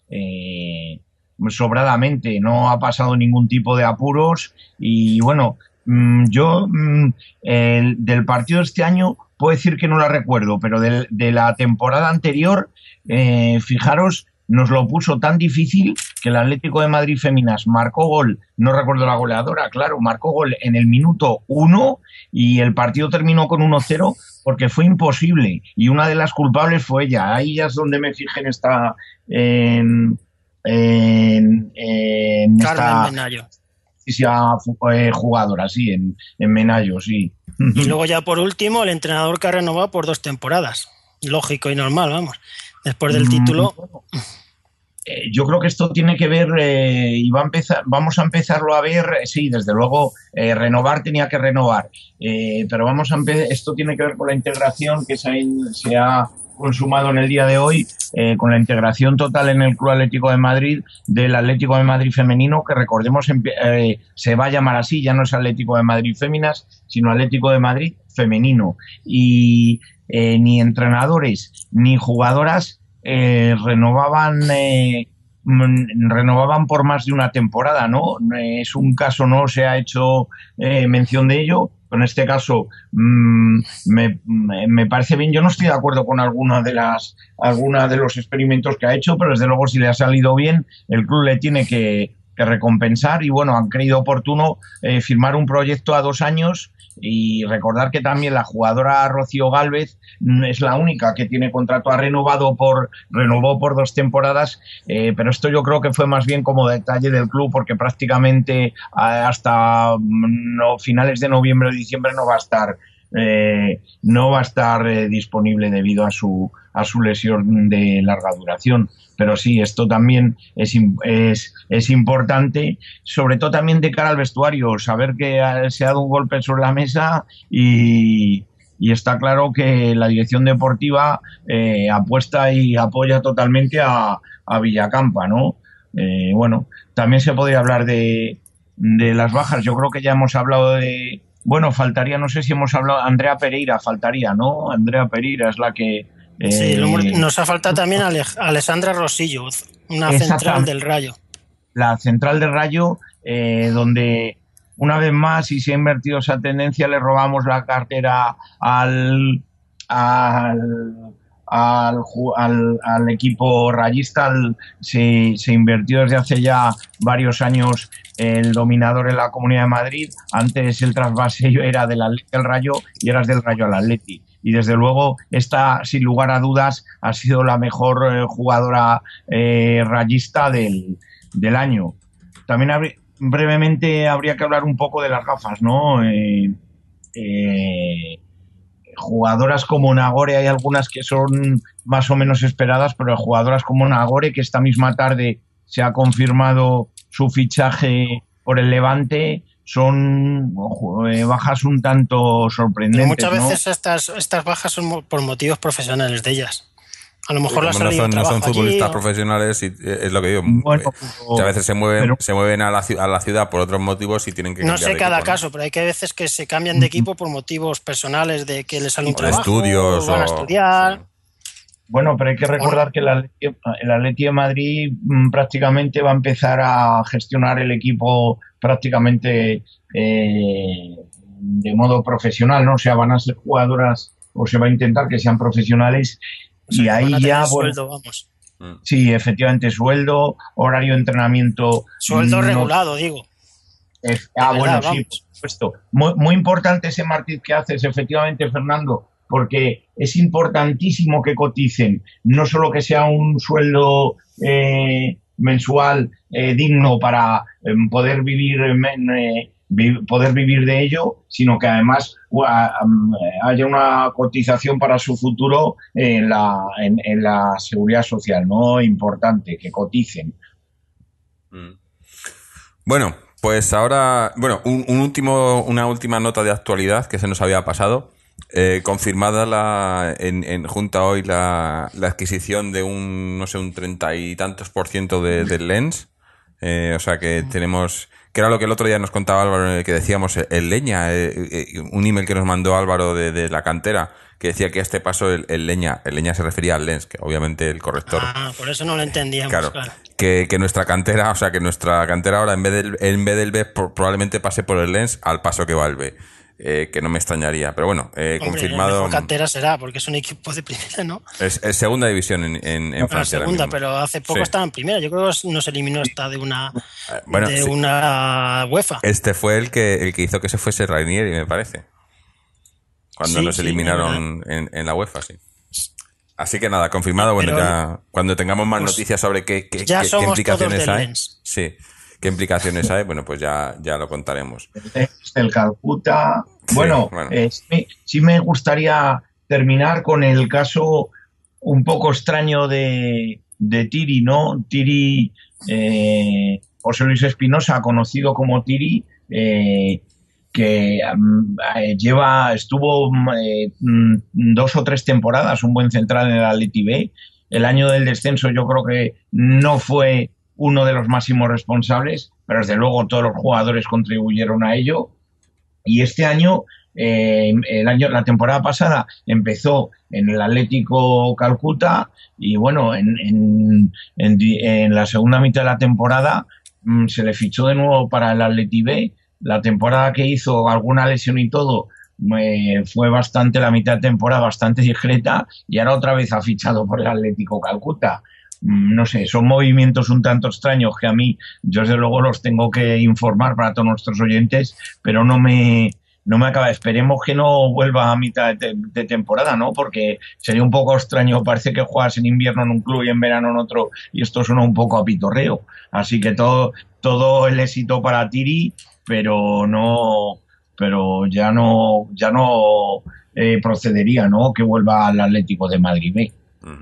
eh, sobradamente. No ha pasado ningún tipo de apuros. Y bueno, mmm, yo mmm, el, del partido de este año puedo decir que no la recuerdo, pero de, de la temporada anterior, eh, fijaros, nos lo puso tan difícil que el Atlético de Madrid Féminas marcó gol, no recuerdo la goleadora, claro, marcó gol en el minuto uno y el partido terminó con uno cero porque fue imposible y una de las culpables fue ella. Ahí ya es donde me fijé en esta en, en, en Carmen esta Menayo. eh, jugadora, sí, en, en Menayo, sí. Y luego ya por último el entrenador que ha renovado por dos temporadas. Lógico y normal, vamos. Después del título... Eh, yo creo que esto tiene que ver eh, y va a empezar, vamos a empezarlo a ver, eh, sí, desde luego eh, renovar tenía que renovar, eh, pero vamos a empezar, esto tiene que ver con la integración que se ha, se ha consumado en el día de hoy, eh, con la integración total en el Club Atlético de Madrid del Atlético de Madrid femenino, que recordemos eh, se va a llamar así, ya no es Atlético de Madrid Féminas, sino Atlético de Madrid femenino, y eh, ni entrenadores ni jugadoras Eh, renovaban eh, renovaban por más de una temporada, ¿no? Es un caso, no se ha hecho eh, mención de ello, pero en este caso mmm, me, me parece bien. Yo no estoy de acuerdo con alguna de las alguna de los experimentos que ha hecho, pero desde luego si le ha salido bien, el club le tiene que, que recompensar y bueno, han creído oportuno eh, firmar un proyecto a dos años. Y recordar que también la jugadora Rocío Gálvez es la única que tiene contrato, ha renovado por renovó por dos temporadas, eh, pero esto yo creo que fue más bien como detalle del club porque prácticamente hasta no, finales de noviembre o diciembre no va a estar eh, no va a estar eh, disponible debido a su a su lesión de larga duración. Pero sí, esto también es, es, es importante, sobre todo también de cara al vestuario, saber que se ha dado un golpe sobre la mesa y, y está claro que la dirección deportiva eh, apuesta y apoya totalmente a, a Villacampa, ¿no? Eh, bueno, también se podría hablar de, de las bajas. Yo creo que ya hemos hablado de... Bueno, faltaría, no sé si hemos hablado... Andrea Pereira faltaría, ¿no? Andrea Pereira es la que... Sí, eh, nos ha faltado también a Alessandra Rosillo, una central del Rayo. La central del Rayo, eh, donde una vez más, si se ha invertido esa tendencia, le robamos la cartera al, al, al, al, al equipo rayista. Al, se, se invirtió desde hace ya varios años el dominador en la Comunidad de Madrid. Antes el trasvase era del Atleti al Rayo y eras del Rayo al Atleti. Y desde luego esta, sin lugar a dudas, ha sido la mejor eh, jugadora eh, rayista del, del año. También habría, brevemente habría que hablar un poco de las gafas, ¿no? Eh, eh, jugadoras como Nagore, hay algunas que son más o menos esperadas, pero jugadoras como Nagore, que esta misma tarde se ha confirmado su fichaje por el Levante, son eh, bajas un tanto sorprendentes. Pero muchas ¿no? veces estas, estas bajas son por motivos profesionales de ellas. A lo mejor las no son, no son futbolistas allí, profesionales, y es lo que digo. Bueno, Muchas veces se mueven, pero, se mueven a, la, a la ciudad por otros motivos y tienen que no cambiar sé de cada equipo, caso, ¿no? pero hay que veces que se cambian de equipo por motivos personales, de que les sale un O de trabajo, estudios, van a o- estudiar. sí. bueno, pero hay que recordar que el Atleti, el Atleti de Madrid mm, prácticamente va a empezar a gestionar el equipo prácticamente eh, de modo profesional, ¿no? O sea, van a ser jugadoras, o se va a intentar que sean profesionales, O sea, y que ahí van a tener ya, bueno, sueldo, vamos. Mm. sí, efectivamente, sueldo, horario de entrenamiento. Sueldo no- regulado, digo. es- ah, De bueno, verdad, sí, vamos. por supuesto. Muy, muy importante ese matiz que haces, efectivamente, Fernando, porque es importantísimo que coticen, no solo que sea un sueldo eh, mensual eh, digno para eh, poder vivir men- eh, vi- poder vivir de ello, sino que además uh, um, haya una cotización para su futuro en la, en, en la seguridad social, ¿no? Importante, que coticen. Mm. Bueno, pues ahora, bueno, un, un último, una última nota de actualidad que se nos había pasado. Eh, confirmada la, en, en Junta hoy la, la adquisición de un, no sé, un treinta y tantos por ciento de, del Lens. Eh, o sea que tenemos, que era lo que el otro día nos contaba Álvaro, eh, que decíamos, eh, el Leña, eh, eh, un email que nos mandó Álvaro de, de la cantera, que decía que a este paso el, el Leña, el Leña se refería al Lens, que obviamente el corrector. Ah, por eso no lo entendíamos, Claro, claro. Que, que nuestra cantera, o sea, que nuestra cantera ahora en vez del, en vez del B por- probablemente pase por el Lens al paso que va el B. Eh, que no me extrañaría, pero bueno, eh, Hombre, confirmado. mejor cantera será, porque es un equipo de primera, ¿no? Es, es segunda división en, en, en Bueno, Francia. ahora segunda, mismo. pero hace poco Sí. estaba en primera. Yo creo que nos eliminó esta de una Eh, bueno, de sí. una UEFA. Este fue el que el que hizo que se fuese Rainieri, me parece. Cuando Sí, nos sí, eliminaron en, en la UEFA, sí. Así que nada, confirmado. Bueno, Pero- ya cuando tengamos más pues, noticias sobre qué, qué, ya qué- qué somos implicaciones todos del hay. Lens. Sí, qué implicaciones hay, bueno, pues ya, ya lo contaremos. El Calcuta. Sí, Bueno, bueno. eh, sí, sí me gustaría terminar con el caso un poco extraño de, de Tiri, ¿no? Tiri, eh, José Luis Espinosa, conocido como Tiri, eh, que um, eh, lleva, estuvo eh, mm, dos o tres temporadas, un buen central en el Atleti B. El año del descenso yo creo que no fue uno de los máximos responsables, pero desde luego todos los jugadores contribuyeron a ello. Y este año, eh, el año, la temporada pasada empezó en el Atlético Calcuta y bueno, en, en, en, en la segunda mitad de la temporada mmm, se le fichó de nuevo para el Atleti B. La temporada que hizo, alguna lesión y todo, eh, fue bastante, la mitad de temporada bastante discreta y ahora otra vez ha fichado por el Atlético Calcuta. No sé, son movimientos un tanto extraños que a mí, yo desde luego los tengo que informar para todos nuestros oyentes, pero no me, no me acaba. Esperemos que no vuelva a mitad de, de temporada, ¿no? Porque sería un poco extraño, parece que juegas en invierno en un club y en verano en otro, y esto suena un poco a pitorreo. Así que todo, todo el éxito para Tiri, pero no, pero ya no, ya no eh, procedería, ¿no? Que vuelva al Atlético de Madrid B.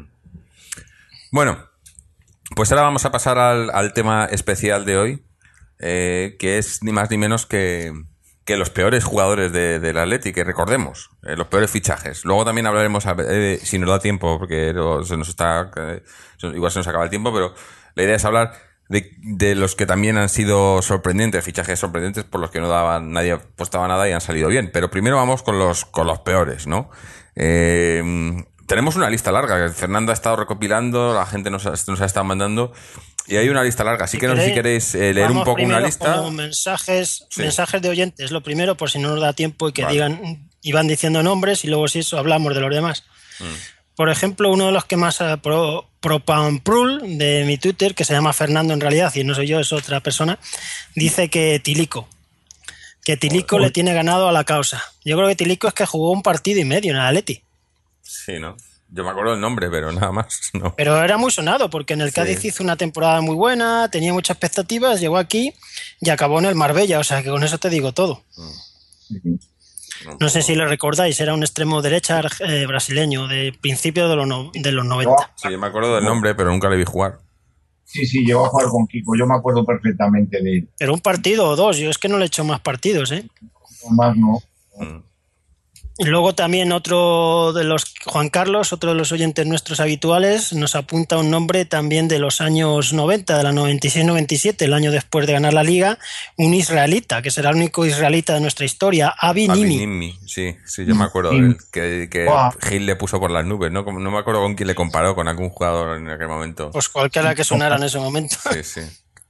Bueno, pues ahora vamos a pasar al, al tema especial de hoy, eh, que es ni más ni menos que, que los peores jugadores de, del Atleti, que recordemos, eh, los peores fichajes. Luego también hablaremos, a, eh, si nos da tiempo, porque lo, se nos está, eh, igual se nos acaba el tiempo, pero la idea es hablar de, de los que también han sido sorprendentes, fichajes sorprendentes por los que no daban, nadie apostaba nada y han salido bien. Pero primero vamos con los, con los peores, ¿no? Eh, Tenemos una lista larga que Fernando ha estado recopilando, la gente nos ha, nos ha estado mandando y hay una lista larga. Así Si que no sé si queréis, queréis eh, leer un vamos poco una primero lista. como mensajes, Sí. mensajes de oyentes, lo primero, por si no nos da tiempo y que Vale. digan, y van diciendo nombres y luego si eso hablamos de los demás. Mm. Por ejemplo, uno de los que más eh, pro, propamprul de mi Twitter, que se llama Fernando en realidad, y no soy yo, es otra persona, dice que Tilico. Que Tilico Uy. le tiene ganado a la causa. Yo creo que Tilico es que jugó un partido y medio en el Atleti. Sí, ¿no? Yo me acuerdo del nombre, pero nada más, ¿no? Pero era muy sonado, porque en el Sí. Cádiz hizo una temporada muy buena, tenía muchas expectativas, llegó aquí y acabó en el Marbella, o sea que con eso te digo todo. No sé si lo recordáis, era un extremo derecha eh, brasileño de principios de los, no, de los noventa. Sí, me acuerdo del nombre, pero nunca le vi jugar. Sí, sí, llegó a jugar con Kiko, yo me acuerdo perfectamente de él. Pero un partido o dos, yo es que no le he hecho más partidos, ¿eh? No, más no. Mm. Y luego también otro de los, Juan Carlos, otro de los oyentes nuestros habituales, nos apunta un nombre también de los años noventa, de la noventa y seis noventa y siete, el año después de ganar la Liga, un israelita, que será el único israelita de nuestra historia, Avi Avi Nimi. Nimi, sí, sí, yo me acuerdo de él, que, que Wow. Gil le puso por las nubes, ¿no? Como- No me acuerdo con quién le comparó, con algún jugador en aquel momento. Pues cualquiera que sonara en ese momento. Sí, sí,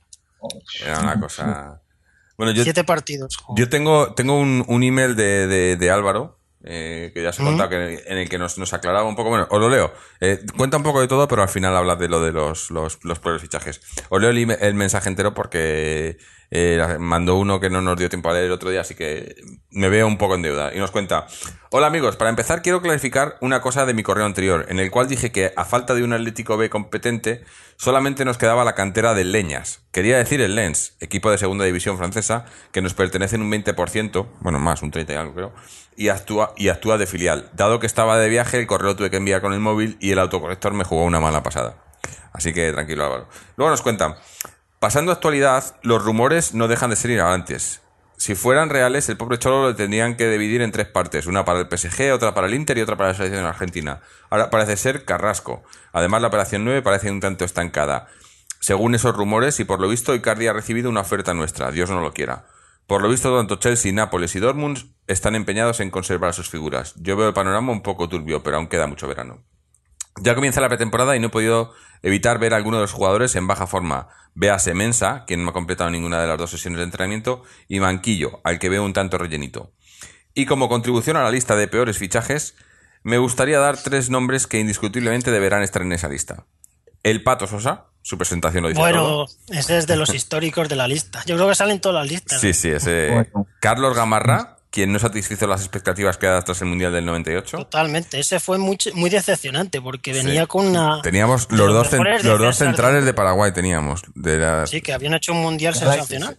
era una cosa... Bueno, yo, Siete partidos. yo tengo, tengo un, un email de, de, de Álvaro, eh, que ya os he Mm. contado, que, en el que nos, nos aclaraba un poco. Bueno, os lo leo. Eh, cuenta un poco de todo, pero al final habla de lo de los, los, los propios fichajes. Os leo el, email- el mensaje entero porque eh, mandó uno que no nos dio tiempo a leer el otro día, así que me veo un poco en deuda. Y nos cuenta: hola amigos, para empezar quiero clarificar una cosa de mi correo anterior, en el cual dije que a falta de un Atlético B competente, solamente nos quedaba la cantera del Leñas. Quería decir el Lens, equipo de segunda división francesa, que nos pertenece en un veinte por ciento, bueno, más, un treinta y algo creo, y actúa, y actúa de filial. Dado que estaba de viaje, el correo lo tuve que enviar con el móvil y el autocorrector me jugó una mala pasada. Así que tranquilo, Álvaro. Luego nos cuentan: pasando a actualidad, los rumores no dejan de ser ignorantes. Si fueran reales, el pobre Cholo lo tendrían que dividir en tres partes. Una para el P S G, otra para el Inter y otra para la selección argentina. Ahora parece ser Carrasco. Además, la operación nueve parece un tanto estancada. Según esos rumores, y por lo visto, Icardi ha recibido una oferta nuestra. Dios no lo quiera. Por lo visto, tanto Chelsea, Nápoles y Dortmund están empeñados en conservar sus figuras. Yo veo el panorama un poco turbio, pero aún queda mucho verano. Ya comienza la pretemporada y no he podido evitar ver a alguno de los jugadores en baja forma. Véase Mensa, quien no ha completado ninguna de las dos sesiones de entrenamiento, y Manquillo, al que veo un tanto rellenito. Y como contribución a la lista de peores fichajes, me gustaría dar tres nombres que indiscutiblemente deberán estar en esa lista. El Pato Sosa, su presentación lo dice Bueno, todo. ese es de los históricos de la lista. Yo creo que salen todas las listas. Sí, sí, ese... Bueno. Carlos Gamarra, quien no satisfizo las expectativas creadas tras el Mundial del noventa y ocho. Totalmente. Ese fue muy, muy decepcionante porque venía Sí. con una... Teníamos de los los dos, cen- mejores los dos defensas centrales del- de Paraguay, teníamos. De la- Sí, que habían hecho un mundial sensacional.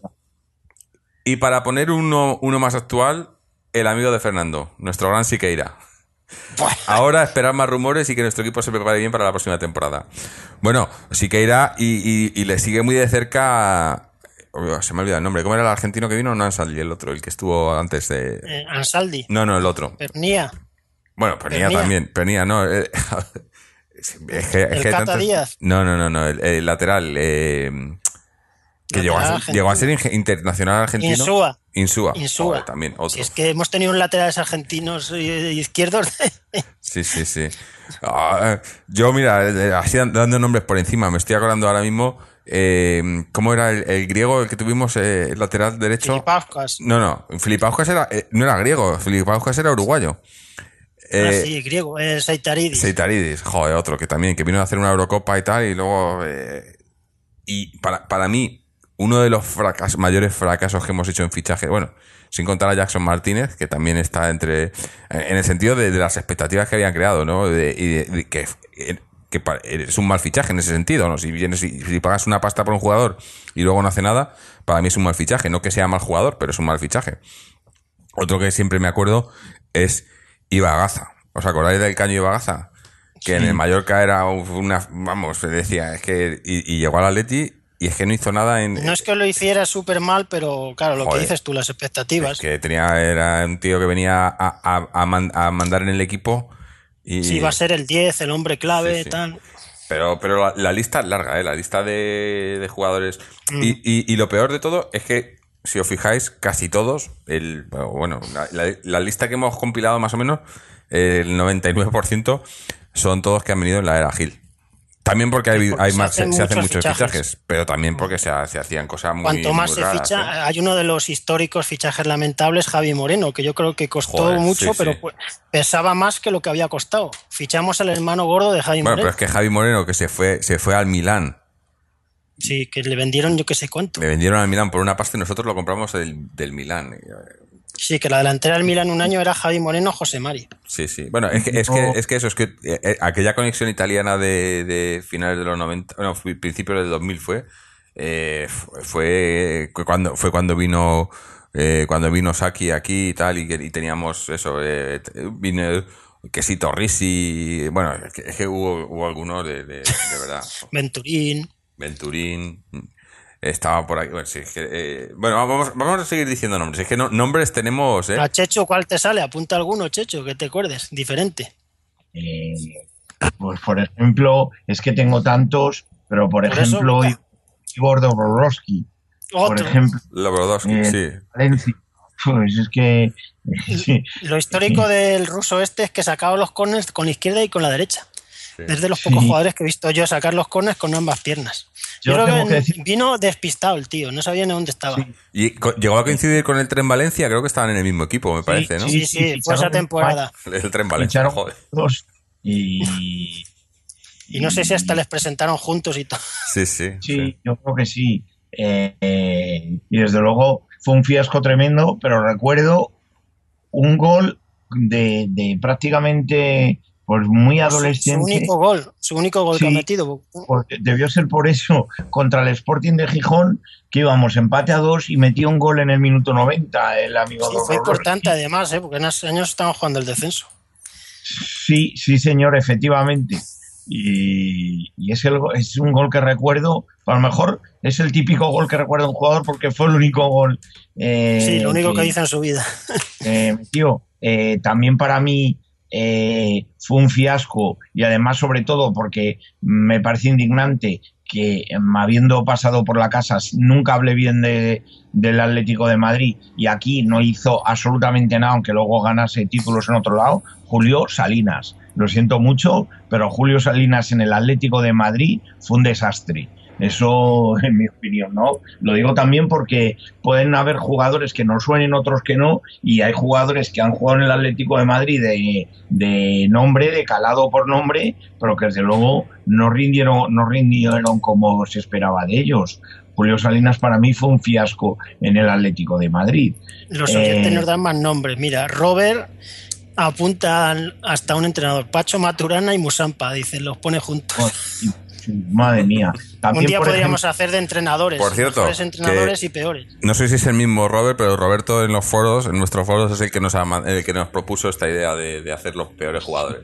Y para poner uno, uno más actual, el amigo de Fernando, nuestro gran Siqueira. Ahora esperar más rumores y que nuestro equipo se prepare bien para la próxima temporada. Bueno, Siqueira y, y, y le sigue muy de cerca... oh, se me ha olvidado el nombre. ¿Cómo era el argentino que vino? No Ansaldi, el otro, el que estuvo antes de... Eh, Ansaldi, No, no, el otro. Pernía, Bueno, Pernía Pernía. también. Pernía, no. eh, es que, es El que hay Cata tantos- Díaz. No, no, no, no. El, el lateral. eh, que llegó a, Lateral ser, llegó a ser argentino. inge- internacional argentino. Insúa. Insúa. Insúa. Joder, también, otro. Si es que hemos tenido un laterales argentinos eh, izquierdos. Sí, sí, sí. Ah, yo, mira, eh, así dan- dando nombres por encima, me estoy acordando ahora mismo. Eh, ¿Cómo era el, el griego el que tuvimos, eh, el lateral derecho? Filipauskas. No, no. Filipauskas era, eh, no era griego. Filipauskas era uruguayo. Eh, Ah, sí, griego, eh, Seitaridis. Seitaridis, joder, otro que también, que vino a hacer una Eurocopa y tal, y luego... eh, y para, para mí, uno de los fracas, mayores fracasos que hemos hecho en fichaje, bueno, sin contar a Jackson Martínez, que también está entre... En el sentido de, de las expectativas que habían creado, ¿no? De, y de, de que, que pa- es un mal fichaje en ese sentido, ¿no? Si vienes y si pagas una pasta por un jugador y luego no hace nada, para mí es un mal fichaje. No que sea mal jugador, pero es un mal fichaje. Otro que siempre me acuerdo es Ibagaza. ¿Os acordáis del Caño Ibagaza? Que en el Mallorca era una... Vamos, decía, es que... Y, y llegó al Atleti y es que no hizo nada en... No es que lo hiciera súper mal, pero claro, lo Joder. que dices tú, las expectativas. Es que tenía... Era un tío que venía a, a, a, man- a mandar en el equipo y... Sí, va a ser el diez, el hombre clave, Sí, sí. tal. Pero, pero la, la lista es larga, ¿eh? La lista de, de jugadores. Mm. Y, y, y lo peor de todo es que, si os fijáis, casi todos, el bueno, la, la- la lista que hemos compilado más o menos, el noventa y nueve por ciento son todos que han venido en la era Gil. También porque hay, Porque hay se más, hacen se, se hacen muchos muchos fichajes. fichajes. pero también porque se, ha- se hacían cosas muy Cuanto más muy se raras, ficha, ¿eh? hay uno de los históricos fichajes lamentables, Javi Moreno, que yo creo que costó Joder, mucho, sí, pero sí. pues, pesaba más que lo que había costado. Fichamos al hermano gordo de Javi Bueno, pero Moreno. es que Javi Moreno, que se fue, se fue al Milán, Sí, que le vendieron yo que sé cuánto. le vendieron al Milán por una pasta y nosotros lo compramos del, del Milán. Sí, que la delantera del Milan un año era Javi Moreno, José Mari. Sí, sí. Bueno, es que, es que, es que eso, es que eh, eh, aquella conexión italiana de, de finales de los noventa, bueno, fi- principios del dos mil fue, eh, fue, fue cuando, fue cuando vino eh, cuando vino Saki aquí y tal, y, que- y teníamos eso, eh, vino Quesito Risi, bueno, es que, es que hubo, hubo algunos de, de, de verdad. Venturín. Venturín, estaba por aquí. Bueno, sí, es que, eh, bueno, vamos, vamos a seguir diciendo nombres. Es que no, nombres tenemos, ¿eh? A Checho, ¿cuál te sale? Apunta alguno, Checho, que te acuerdes. Diferente. Eh, pues por ejemplo, es que tengo tantos, pero por, Por eso, ejemplo, venga. Igor Dobrovolsky, por Otro. ejemplo, Lobrodowski, eh, sí. Valencia. Pues es que sí, Lo histórico del ruso este es que sacaba los corners con la izquierda y con la derecha. Sí. Es de los Sí. pocos jugadores que he visto yo sacar los corners con ambas piernas. Yo, Yo creo tengo que, que decir- vino despistado el tío, no sabía ni dónde estaba. Sí. Y co- llegó a coincidir con el Tren Valencia, creo que estaban en el mismo equipo, me parece, ¿no? Sí, sí, sí, fue esa ficharon- temporada. El Tren Valencia, Ficharon joder. dos y Y no sé si hasta les presentaron juntos y todo. Sí, sí. sí, sí. yo creo que sí. Eh, eh, y desde luego fue un fiasco tremendo, pero recuerdo un gol de, de prácticamente pues muy Su, su adolescente. único gol, su único gol que ha Sí. metido. Pues debió ser por eso contra el Sporting de Gijón, que íbamos empate a dos y metió un gol en el minuto noventa el amigo Sí, Dobrovolsky. fue importante además, ¿eh? Porque en esos años estaban jugando el descenso. Sí, sí, señor, efectivamente. Y, y es, el, go- es un gol que recuerdo, a lo mejor es el típico gol que recuerda un jugador porque fue el único gol eh, Sí, lo único que hizo en su vida. eh, metió. Eh, también para mí eh, fue un fiasco y además sobre todo porque me parece indignante que em, habiendo pasado por la casa nunca hablé bien de, del Atlético de Madrid y aquí no hizo absolutamente nada, aunque luego ganase títulos en otro lado, Julio Salinas. Lo siento mucho, pero Julio Salinas en el Atlético de Madrid fue un desastre. Eso, en mi opinión, ¿no? Lo digo también porque pueden haber jugadores que no suenen, otros que no, y hay jugadores que han jugado en el Atlético de Madrid de, de nombre, de calado por nombre, pero que desde luego no rindieron, no rindieron como se esperaba de ellos. Julio Salinas para mí fue un fiasco en el Atlético de Madrid. Los oyentes Eh, nos dan más nombres. Mira, Robert apunta hasta un entrenador. Pacho Maturana y Musampa, dicen, los pone juntos. oh, madre mía. También, Un día por podríamos ejemplo, hacer de entrenadores. Por cierto, mejores entrenadores que- y peores. No sé si es el mismo Robert, pero Roberto en los foros, en nuestros foros, es el que nos, ha ma- el que nos propuso esta idea de, de hacer los peores jugadores.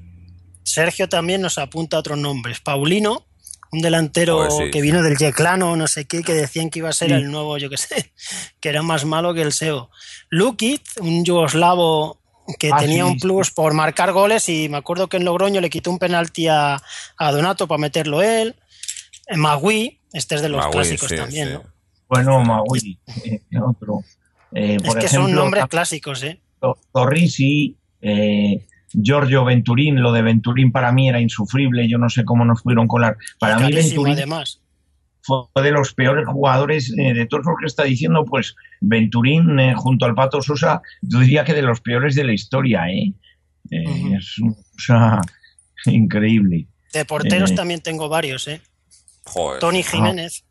Sergio también nos apunta otros nombres. Paulino, un delantero Joder, sí. que vino del Yeclano, no sé qué, que decían que iba a ser Sí. el nuevo, yo qué sé, que era más malo que el S E O. Lukic, un yugoslavo que Ah, tenía sí, un plus por marcar goles y me acuerdo que en Logroño le quitó un penalti a, a Donato para meterlo él. Eh, Magui, este es de los Magui, clásicos sí, también, sí. ¿no? bueno, Magui, eh, otro. Eh, Es por que ejemplo, son nombres tam- clásicos, ¿eh? Torrisi, eh, Giorgio Venturín, lo de Venturín para mí era insufrible, yo no sé cómo nos pudieron colar. Para mí Carísimo, Venturín además. fue de los peores jugadores eh, de todos los que está diciendo, pues Venturín eh, junto al Pato Sosa, yo diría que de los peores de la historia, ¿eh? Eh, Ujú. Es una cosa increíble. De porteros Eh, también tengo varios, ¿eh? Joder. Tony Jiménez,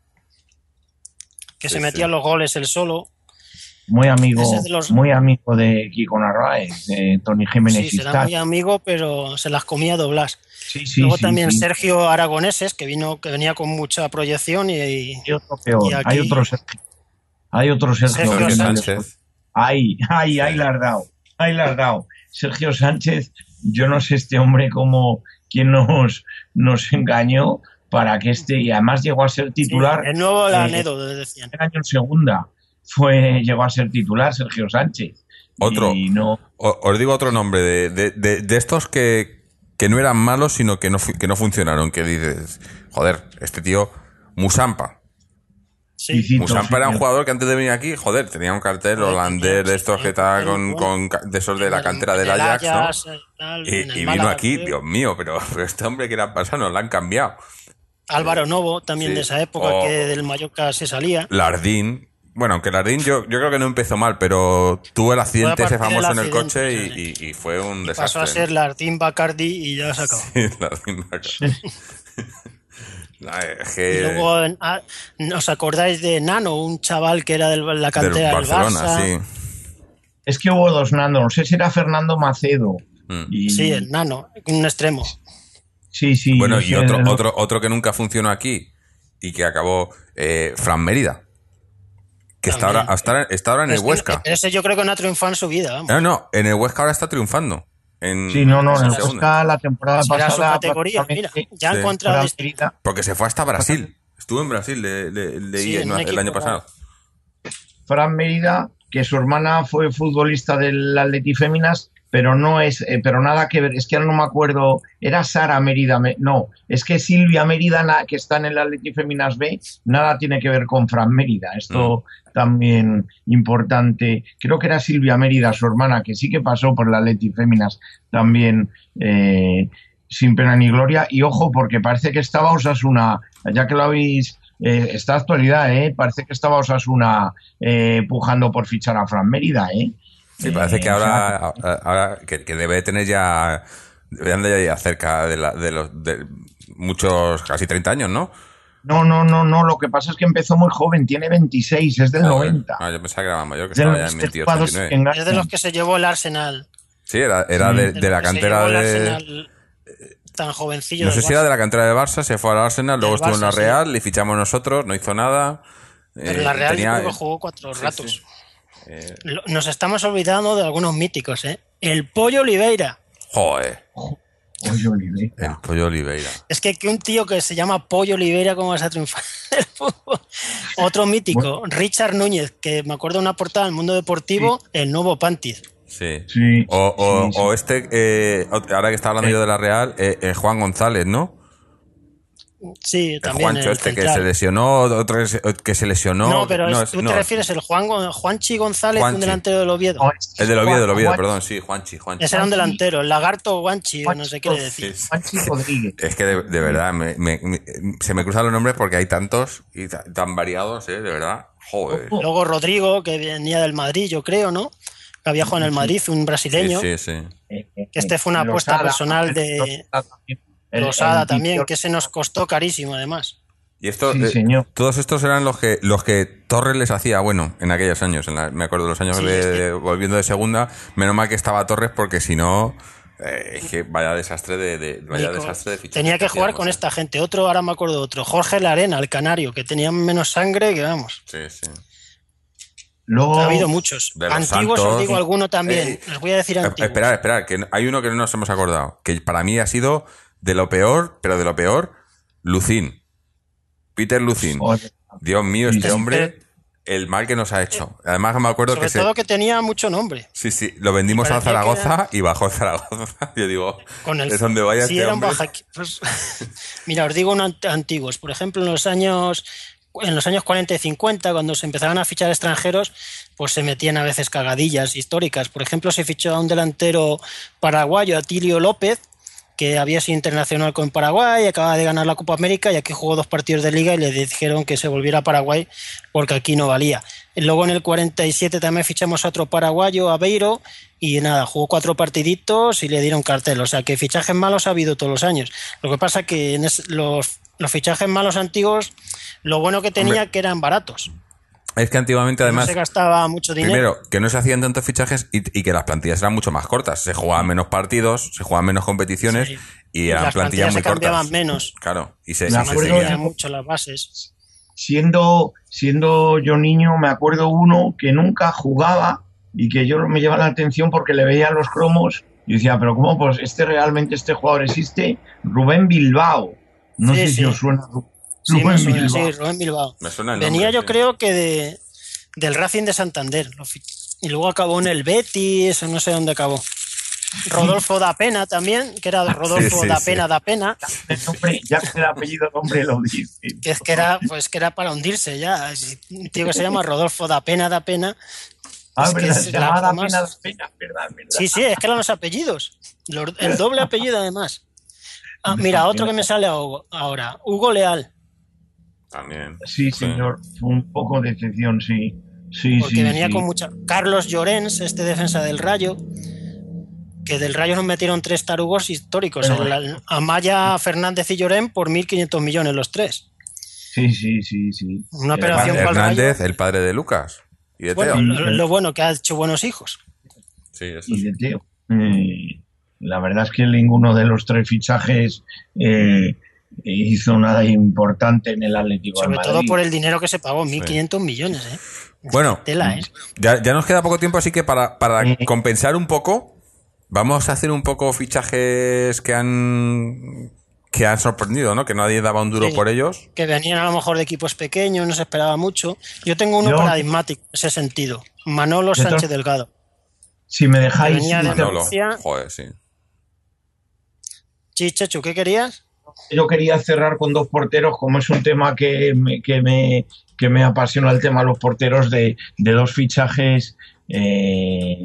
que Sí, se metía sí. los goles él solo. Muy amigo, Ese es de los- muy amigo de Kiko Narváez, de Tony Jiménez Sí, y será tal. muy amigo, pero se las comía doblas. Sí, sí, Luego sí, también sí. Sergio Aragoneses, que vino, que venía con mucha proyección y, y Hay otro peor, y aquí- hay otro Sergio. Hay otro Sergio. Sergio que no le- Sánchez. Ahí, ahí, ahí la has dado. Ahí la has dado. Sergio Sánchez, yo no sé este hombre cómo, quién nos, nos engañó para que este, y además llegó a ser titular. Sí, el nuevo eh, Lanedo, decían. el año en segunda fue, llegó a ser titular Sergio Sánchez. Otro. Y no, O- os digo otro nombre de, de, de, de estos que, que no eran malos, sino que no, fu- que no funcionaron. Que dices, joder, este tío, Musampa. Sí, Difícil. Musampa era un señor. jugador que antes de venir aquí, joder, tenía un cartel Joder, holandés tenía- de estos que estaba era con, bueno. con ca- de esos de la en cantera del el Ajax, ¿no? Ajax, eh, tal, Y, en el y vino Málaga, aquí, creo. Dios mío, pero, pero este hombre que era pasado, lo han cambiado. Álvaro Novo, también Sí. de esa época, Oh. que del Mallorca se salía. Lardín. Bueno, aunque Lardín yo, yo creo que no empezó mal, pero tuvo el accidente Fue a ese partir famoso del en el coche accidente, y, y- y fue un Pasó desastre. a ser Lardín Bacardi y ya se acabó. ¿no? Lardín Bacardi. Nah, es que- Y luego, ah, ¿os acordáis de Nano, un chaval que era de la del cantera del, Barcelona, Barça? sí. es que hubo dos Nando, no sé si era Fernando Macedo. Mm. Y, Sí, el Nano, un extremo. sí, sí. Bueno, ese y otro, era- otro, otro que nunca funcionó aquí y que acabó, eh, Fran Mérida. Que está ahora, hasta ahora- está ahora en el Es que- Huesca. Ese yo creo que no ha triunfado en su vida. Vamos. No, no, en el Huesca ahora está triunfando. En, Sí, no, no, en el segunda. Huesca la temporada Será su pasada. categoría. Mira, prácticamente ya ha Sí. encontrado. fuera este- Mérida. Porque se fue hasta Brasil. Estuvo en Brasil, le, le- leí Sí, en un el equipo año pasado. Fran Mérida, que su hermana fue futbolista del Atleti Féminas, pero no es, eh, pero nada que ver, es que ahora no me acuerdo, era Sara Mérida, me- no, es que Silvia Mérida, na- que está en el Atleti Féminas B, nada tiene que ver con Fran Mérida, esto también importante, creo que era Silvia Mérida, su hermana, que sí que pasó por el Atleti Féminas también, eh, sin pena ni gloria, y ojo, porque parece que estaba Osasuna, ya que lo habéis... Eh, esta actualidad, ¿eh? Parece que estaba Osasuna eh, pujando por fichar a Fran Mérida, ¿eh? Sí, parece Eh, que o ahora, sea, ahora- ahora que, que debe tener ya, debe andar ya cerca de, la, de los de muchos, casi treinta años, ¿no? no, no, no, no, lo que pasa es que empezó muy joven, tiene veintiséis, es del Joder. noventa. Ah, yo pensaba que era más mayor, que Es de estaba los ya en este veintiocho, jugadores que veintinueve. engañan. Es de los que se llevó el Arsenal. Sí, era, era Sí. de, de la los que se cantera llevó el de... Arsenal tan jovencillo. No sé del si era Barça. de la cantera de Barça, se fue al Arsenal, luego Del estuvo en la Barça, sí. Real, le fichamos nosotros, no hizo nada. Pero Eh, en la Real tenía- yo creo que jugó cuatro sí, ratos. sí. Eh, Lo- Nos estamos olvidando de algunos míticos, ¿eh? El Pollo Oliveira. joder, Oye, Oliveira. el Pollo Oliveira. Es que, que un tío que se llama Pollo Oliveira, ¿cómo vas a triunfar en el fútbol? Otro mítico, Richard Núñez, que me acuerdo de una portada del Mundo Deportivo, el nuevo Pantiz. Sí. Sí, O, o, sí, sí. o este, eh, ahora que está hablando Sí. yo de la Real, eh, eh, Juan González, ¿no? Sí, El también. Juancho el este que central. se lesionó, otro que se, que se lesionó. No, pero es- es- tú no, te refieres el Juan, Gon- Juanchi González, Juanchi. un delantero del Oviedo. No, es- El del Oviedo, el Oviedo, Juan- perdón, sí, Juanchi, Juanchi. Ese era un delantero, el lagarto Guanchi, o no sé qué le Juanchi- decía. Juanchi Rodríguez. Es que de, de verdad, me- me- me- se me cruzan los nombres porque hay tantos y ta- tan variados, ¿eh? De verdad. Joder. Luego Rodrigo, que venía del Madrid, yo creo, ¿no? Que había jugado en el Madrid, un Sí, brasileño. sí, sí. Eh, eh, Que este fue una Losada, apuesta personal de Losada también. El- Rosada el también, Víctor- que se nos costó carísimo además. Y esto, Sí, eh, señor. todos estos eran los que los que Torres les hacía, bueno, en aquellos años, en la- me acuerdo de los años Sí, de, es que- de- volviendo de segunda, menos mal que estaba Torres porque si no, eh, es que vaya desastre de, de- vaya Nico, desastre de fichajes tenía que jugar hacíamos, con ¿eh? esta gente. Otro, ahora me acuerdo de otro, Jorge Larena, el canario, que tenía menos sangre que vamos. Sí, sí. Luego, Ha habido muchos. de los Antiguos Santos. os digo alguno también. Eh, Les voy a decir Eh, antiguos. Esperad, esperad, que hay uno que no nos hemos acordado, que para mí ha sido de lo peor, pero de lo peor, Lucín. Peter Lucín. joder, Dios mío, este Sí, hombre, el mal que nos ha hecho. Además me acuerdo Sobre que se... todo que tenía mucho nombre. Sí, sí, lo vendimos Y a parecía que Zaragoza y bajó a Zaragoza. Yo digo, Con el, es donde vaya sí, este eran hombre. baja- pues, mira, os digo unos ant- antiguos. Por ejemplo, en los años en los años cuarenta y cincuenta, cuando se empezaban a fichar extranjeros, pues se metían a veces cagadillas históricas. Por ejemplo, se fichó a un delantero paraguayo, Atilio López, que había sido internacional con Paraguay, acaba de ganar la Copa América y aquí jugó dos partidos de liga y le dijeron que se volviera a Paraguay porque aquí no valía. Luego en el cuarenta y siete también fichamos a otro paraguayo, Aveiro, y nada, jugó cuatro partiditos y le dieron cartel. O sea que fichajes malos ha habido todos los años. Lo que pasa que en es- los, los fichajes malos antiguos, lo bueno que tenía Hombre. que eran baratos. Es que antiguamente, además, no se gastaba mucho dinero. primero, que no se hacían tantos fichajes y, y que las plantillas eran mucho más cortas. Se jugaban menos partidos, se jugaban menos competiciones Sí. y eran Las plantillas plantillas muy se cambiaban cortas. menos. Claro, y se, Me y se acuerdo seguían. Cambiaban mucho las bases. siendo, siendo yo niño, me acuerdo uno que nunca jugaba y que yo me llevaba la atención porque le veía los cromos y decía, pero ¿cómo? Pues este realmente, este jugador existe, Rubén Bilbao. No Sí, sé sí. si os suena Ru- Sí, Rubén me suena, Bilbao. sí, Rubén Bilbao. Me suena el Venía nombre, yo sí. creo que de, del Racing de Santander. Lo fi- Y luego acabó en el Betis, o no sé dónde acabó. Rodolfo da Pena también, que era Rodolfo sí, da sí. Pena da Pena, El nombre, ya que el apellido nombre lo dice. que es que era, pues que era para hundirse ya. Si un tío que se llama Rodolfo da Pena da Pena. Ah, es que verdad, es se la llamaba más- Pena, Pena, verdad, verdad. Sí, sí, es que eran los apellidos. Los- El doble apellido además. Ah, mira, otro que me sale ahog- ahora, Hugo Leal, También. Sí, señor, fue un poco de decepción, sí. Sí, porque sí, venía sí. con mucha. Carlos Llorens, este defensa del Rayo, que del Rayo nos metieron tres tarugos históricos. Pero- el- Amaya, Fernández y Llorén por mil quinientos millones los tres. Sí, sí, sí, sí. Una El operación padre- pa'l Hernández, Rayo. el padre de Lucas. Y de Bueno, Teo. lo, lo bueno que ha hecho buenos hijos. Sí, eso y sí. de Teo. Eh, la verdad es que ninguno de los tres fichajes eh, hizo nada importante en el Atlético de Sobre Madrid. todo por el dinero que se pagó, mil quinientos millones, ¿eh? Bueno, Tela, ¿eh? ya, ya nos queda poco tiempo, así que para, para Eh. compensar un poco, vamos a hacer un poco fichajes que han que han sorprendido, ¿no? Que nadie daba un duro Sí. por ellos. Que venían a lo mejor de equipos pequeños, no se esperaba mucho. Yo tengo uno Yo- paradigmático en ese sentido. Manolo De Sánchez to- Delgado. Si me dejáis... venía de Manolo. Murcia. Joder, sí. Sí, Chechu, ¿qué querías? Yo quería cerrar con dos porteros, como es un tema que me, que me, que me apasiona el tema de los porteros, de, de dos fichajes, eh,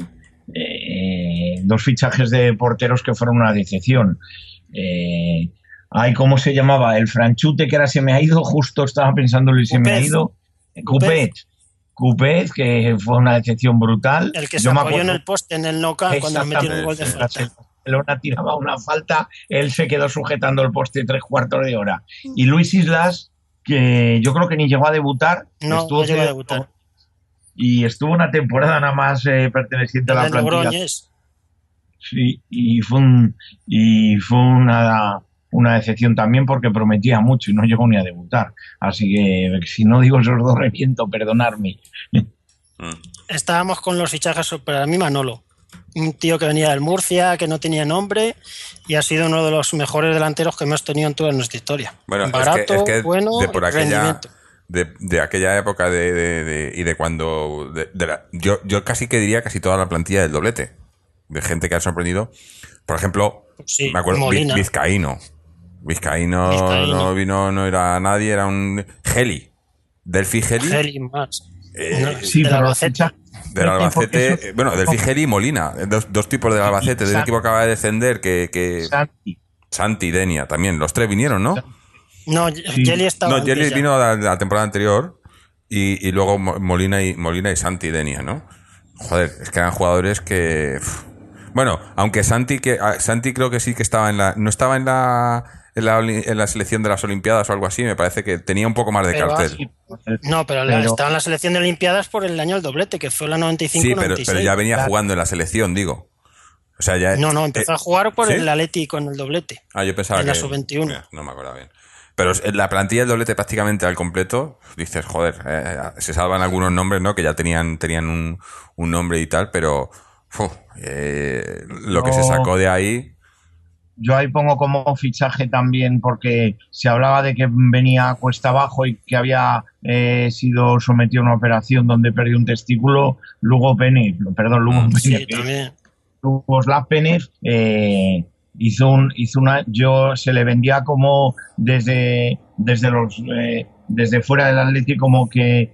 eh, dos fichajes de porteros que fueron una decepción. Eh, ay, ¿cómo se llamaba? El Franchute, que ahora se me ha ido, justo estaba pensándolo y se me ha Cupez. ido. Cupez. Cupet. Cupet, que fue una decepción brutal. El que se Yo me apoyó en acuerdo- el poste en el knockout cuando nos metieron un gol de Exactamente, falta. el Barcelona tiraba una falta, él se quedó sujetando el poste tres cuartos de hora. Y Luis Islas, que yo creo que ni llegó a debutar, No, estuvo no llegó a cedido- debutar. y estuvo una temporada nada más eh, perteneciente a El la de plantilla. Logroñés. Sí, y fue un, y fue una, una decepción también porque prometía mucho y no llegó ni a debutar. Así que si no digo esos dos reviento, perdonadme. Mm. Estábamos con los fichajes, para mí Manolo. Un tío que venía del Murcia, que no tenía nombre y ha sido uno de los mejores delanteros que hemos tenido en toda nuestra historia. Bueno, es Barato, que, es que bueno, de por aquella rendimiento. de, de aquella época de, de- de- y de cuando de- de la- yo, yo casi que diría casi toda la plantilla del doblete de gente que ha sorprendido. Por ejemplo, Sí, me acuerdo Molina. Vi- Vizcaíno. Vizcaíno. Vizcaíno. no vino, no era nadie, era un Geli. Delphi Geli. Geli más. Eh, No, Sí, del pero Albacete. ficha- Del Albacete, porque eso- eh, bueno, Delphi Geli y Molina, eh, dos, dos tipos del Albacete, de un San- equipo que acaba de descender, que, que Santi. Santi y Denia también, los tres vinieron, ¿no? No, Jelly estaba No, antes Jelly ya. vino la, la temporada anterior y, y luego Mo- Molina y Molina y Santi y Denia, ¿no? Joder, es que eran jugadores que... uf. Bueno, aunque Santi que ah, Santi creo que sí que estaba en la... No estaba en la, en la oli- en la selección de las Olimpiadas o algo así, me parece que tenía un poco más de Pero cartel. No, pero, la- Pero- estaba en la selección de Olimpiadas por el año del doblete, que fue la noventa y cinco Sí, pero, noventa y seis. pero ya venía Claro. jugando en la selección, digo. O sea, ya... No, no, empezó eh, a jugar por ¿sí? el Atlético en el doblete. Ah, yo pensaba en que... la sub veintiuno. Mira, no me acuerdo bien. Pero en la plantilla del doblete prácticamente al completo, dices, joder, eh, se salvan algunos nombres, ¿no? Que ya tenían, tenían un, un nombre y tal, pero uf, eh, lo que se No. sacó de ahí... Yo ahí pongo como fichaje también porque se hablaba de que venía cuesta abajo y que había eh, sido sometido a una operación donde perdió un testículo. Luego Pene, perdón, Lugo Mm, Pene, Sí, que- también. Lugoslav Penev, eh, hizo un hizo una yo se le vendía como desde desde los eh, desde fuera del Atlético como que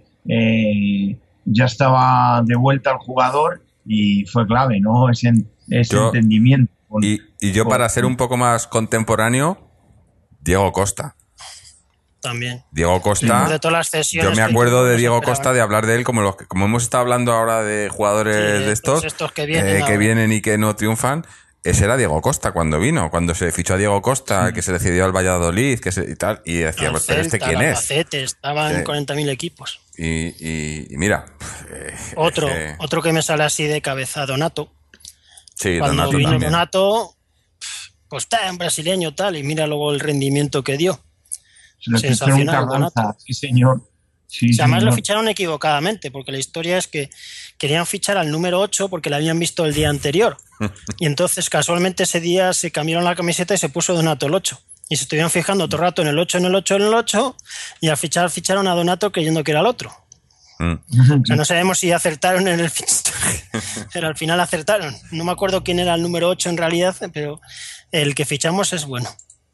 eh, ya estaba de vuelta el jugador y fue clave, ¿no? Ese, ese Yo- entendimiento. con- Y, y yo para ser un poco más contemporáneo, Diego Costa. También. Diego Costa... De todas las cesiones Yo me que acuerdo hizo, de no se Diego esperaban. Costa de hablar de él como los que- como hemos estado hablando ahora de jugadores Sí, de estos, pues estos que vienen eh, que ahora. vienen y que no triunfan. Ese era Diego Costa cuando vino, cuando se fichó a Diego Costa, que se decidió al Valladolid, que se, y tal, y decía, Al pues, pero este Celta, quién al es. Albacete, estaban Sí. cuarenta mil equipos. Y, y- y mira, eh, Otro, es que- otro que me sale así de cabeza, Donato. sí, Cuando Donato vino también. Donato, pues está en brasileño tal, y mira luego el rendimiento que dio. Se le ficharon sensacional, Carranza, Donato. sí señor. Sí, O sea, además lo señor. ficharon equivocadamente, porque la historia es que querían fichar al número ocho porque le habían visto el día anterior. Y entonces casualmente ese día se cambiaron la camiseta y se puso Donato el ocho. Y se estuvieron fijando todo el rato en el ocho, en el ocho, en el ocho, y al fichar ficharon a Donato creyendo que era el otro. Mm. O sea, no sabemos si acertaron en el fichaje, pero al final acertaron. No me acuerdo quién era el número ocho en realidad, pero el que fichamos es bueno.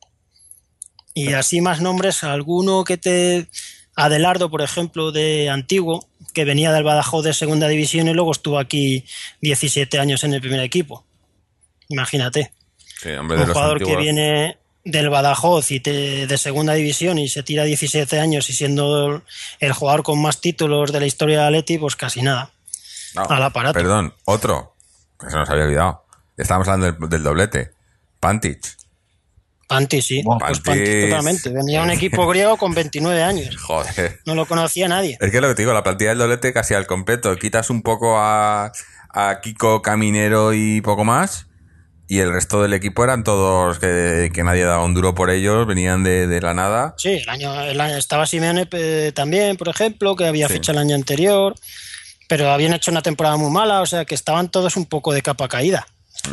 Y así más nombres, alguno que te... Adelardo, por ejemplo, de Antiguo, que venía del Badajoz de segunda división y luego estuvo aquí diecisiete años en el primer equipo. Imagínate. Sí, hombre, de Un los jugador que antiguos. viene del Badajoz y te- de segunda división y se tira diecisiete años y siendo el jugador con más títulos de la historia de Atleti, pues casi nada. No, al aparato. Perdón, otro, que se nos había olvidado. Estábamos hablando del, del doblete. Pantic. Panti, sí. Buah, Pues Pantis. Panti, totalmente. Venía un equipo griego con veintinueve años. Joder. No lo conocía nadie. Es que lo que te digo, la plantilla del doblete casi al completo. Quitas un poco a, a Kiko Caminero y poco más. y el resto del equipo eran todos que, que nadie daba un duro por ellos, venían de, de la nada. Sí, el año, el año estaba Simeone eh, también, por ejemplo, que había Sí. fichado el año anterior, pero habían hecho una temporada muy mala, o sea que estaban todos un poco de capa caída.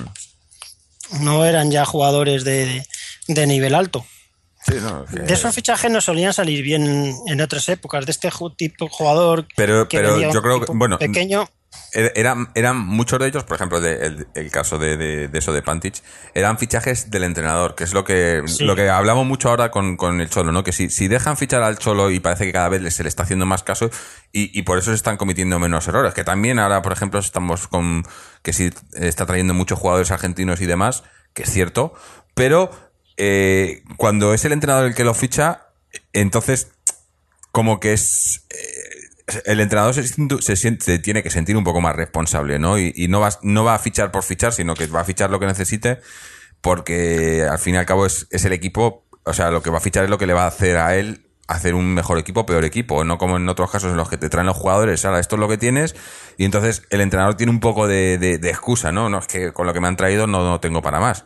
No eran ya jugadores de, de nivel alto. Sí, no, que- De esos fichajes no solían salir bien en otras épocas, de este ju- tipo de jugador Pero, que pero venía de yo un creo que, equipo bueno, pequeño. Er- Eran, eran muchos de ellos, por ejemplo, de- el, el caso de, de- de eso de Pantic, eran fichajes del entrenador, que es lo que, Sí. lo que hablamos mucho ahora con, con el Cholo, ¿no? Que si, si dejan fichar al Cholo y parece que cada vez se le está haciendo más caso y, y por eso se están cometiendo menos errores. Que también ahora, por ejemplo, estamos con que sí está trayendo muchos jugadores argentinos y demás, que es cierto, pero eh, cuando es el entrenador el que lo ficha, entonces como que es... eh, el entrenador se, siente- se siente, se tiene que sentir un poco más responsable, ¿no? Y, y no, va, no va a fichar por fichar, sino que va a fichar lo que necesite, porque al fin y al cabo es, es el equipo, o sea, lo que va a fichar es lo que le va a hacer a él hacer un mejor equipo, peor equipo, no como en otros casos en los que te traen los jugadores, ahora esto es lo que tienes, y entonces el entrenador tiene un poco de, de, de excusa, ¿no? No, es que con lo que me han traído no, no tengo para más.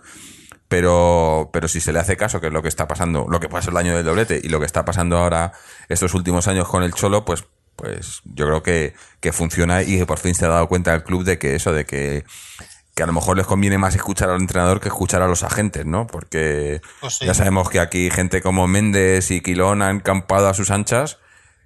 Pero, pero si se le hace caso, que es lo que está pasando, lo que pasó el año del doblete y lo que está pasando ahora estos últimos años con el Cholo, pues, pues yo creo que, que funciona y que por fin se ha dado cuenta el club de que eso, de que, que a lo mejor les conviene más escuchar al entrenador que escuchar a los agentes, ¿no? Porque Pues sí. ya sabemos que aquí gente como Méndez y Quilón han campado a sus anchas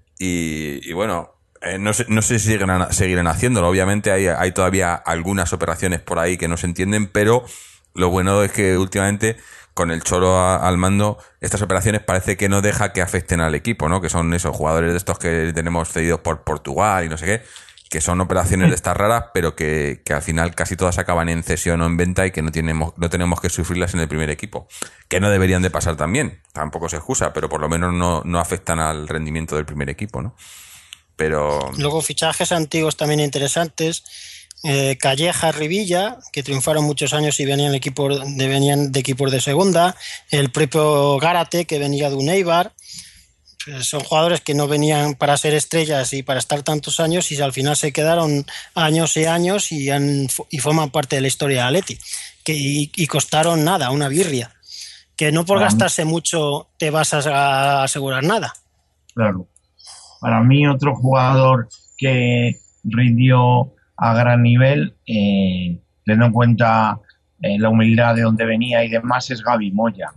y, y bueno, eh, no sé, no sé si siguen, seguirán haciéndolo. Obviamente hay, hay todavía algunas operaciones por ahí que no se entienden, pero lo bueno es que últimamente con el Cholo a- al mando, estas operaciones parece que no deja que afecten al equipo, ¿no? Que son esos jugadores de estos que tenemos cedidos por Portugal y no sé qué, que son operaciones de estas raras, pero que, que al final casi todas acaban en cesión o en venta y que no tenemos, no tenemos que sufrirlas en el primer equipo. Que no deberían de pasar también, tampoco se excusa, pero por lo menos no, no afectan al rendimiento del primer equipo, ¿no? Pero... Luego fichajes antiguos también interesantes. Eh, Calleja, Rivilla, que triunfaron muchos años y venían, equipo, de, venían de equipos de segunda. El propio Gárate, que venía de un Eibar. Pues son jugadores que no venían para ser estrellas y para estar tantos años y al final se quedaron años y años y, han, y forman parte de la historia de Atleti. Que, y, y costaron nada, una birria. Que no por Para mí- gastarse mucho te vas a asegurar nada. Claro. Para mí, otro jugador que rindió a gran nivel, eh, teniendo en cuenta eh, la humildad de donde venía y demás, es Gaby Moya.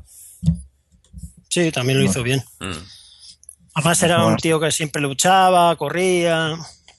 Sí, también lo No. hizo bien. mm. Además era un tío que siempre luchaba, corría.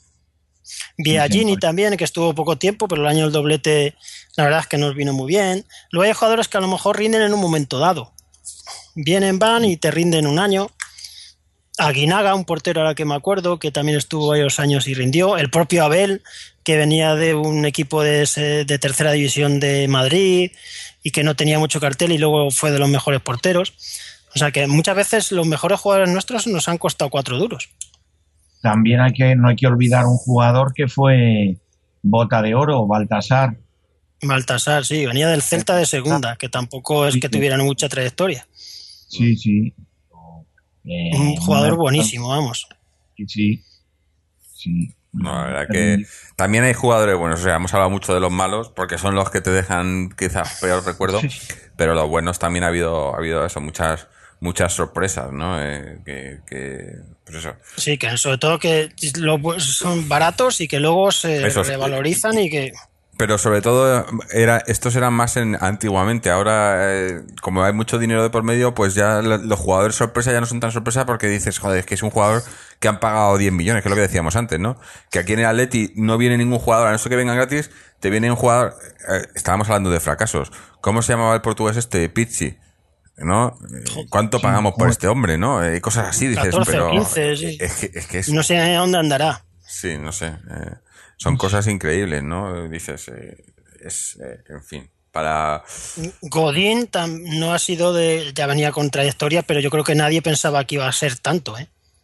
Biagini Sí, sí. también, que estuvo poco tiempo, pero el año del doblete la verdad es que nos vino muy bien. Luego hay jugadores que a lo mejor rinden en un momento dado. Vienen, van y te rinden un año. Aguinaga, un portero ahora que me acuerdo, que también estuvo varios años y rindió. El propio Abel, que venía de un equipo de, ese- de tercera división de Madrid y que no tenía mucho cartel y luego fue de los mejores porteros. O sea que muchas veces los mejores jugadores nuestros nos han costado cuatro duros. También hay que, no hay que olvidar un jugador que fue bota de oro, Baltasar. Baltasar, sí, venía del Celta de segunda, que tampoco es Sí, que sí. tuvieran mucha trayectoria. Sí, sí. Eh, Un jugador una- buenísimo, vamos. Sí, sí. No, la verdad que también hay jugadores buenos, o sea, hemos hablado mucho de los malos porque son los que te dejan quizás peor recuerdo, pero los buenos también ha habido, ha habido eso, muchas, muchas sorpresas, ¿no? Eh, que, que, pues eso. Sí, que sobre todo que lo- son baratos y que luego se Eso es. revalorizan y que... Pero sobre todo era, estos eran más en, antiguamente. Ahora, eh, como hay mucho dinero de por medio, pues ya lo- los jugadores sorpresa ya no son tan sorpresa porque dices, joder, es que es un jugador que han pagado diez millones, que es lo que decíamos antes, ¿no? Que aquí en el Atleti no viene ningún jugador, a no ser que vengan gratis, te viene un jugador, eh, estábamos hablando de fracasos. ¿Cómo se llamaba el portugués este? Pizzi, ¿no? Eh, ¿Cuánto Sí, pagamos por joder. este hombre, no? Eh, cosas así, dices, catorce pero... o quince, sí. Es que, es que es... No sé a dónde andará. Sí, no sé. eh, son cosas increíbles, ¿no? Dices, eh, es, eh, en fin, para... Godín tam- no ha sido de... Ya venía con trayectoria, pero yo creo que nadie pensaba que iba a ser tanto, ¿eh?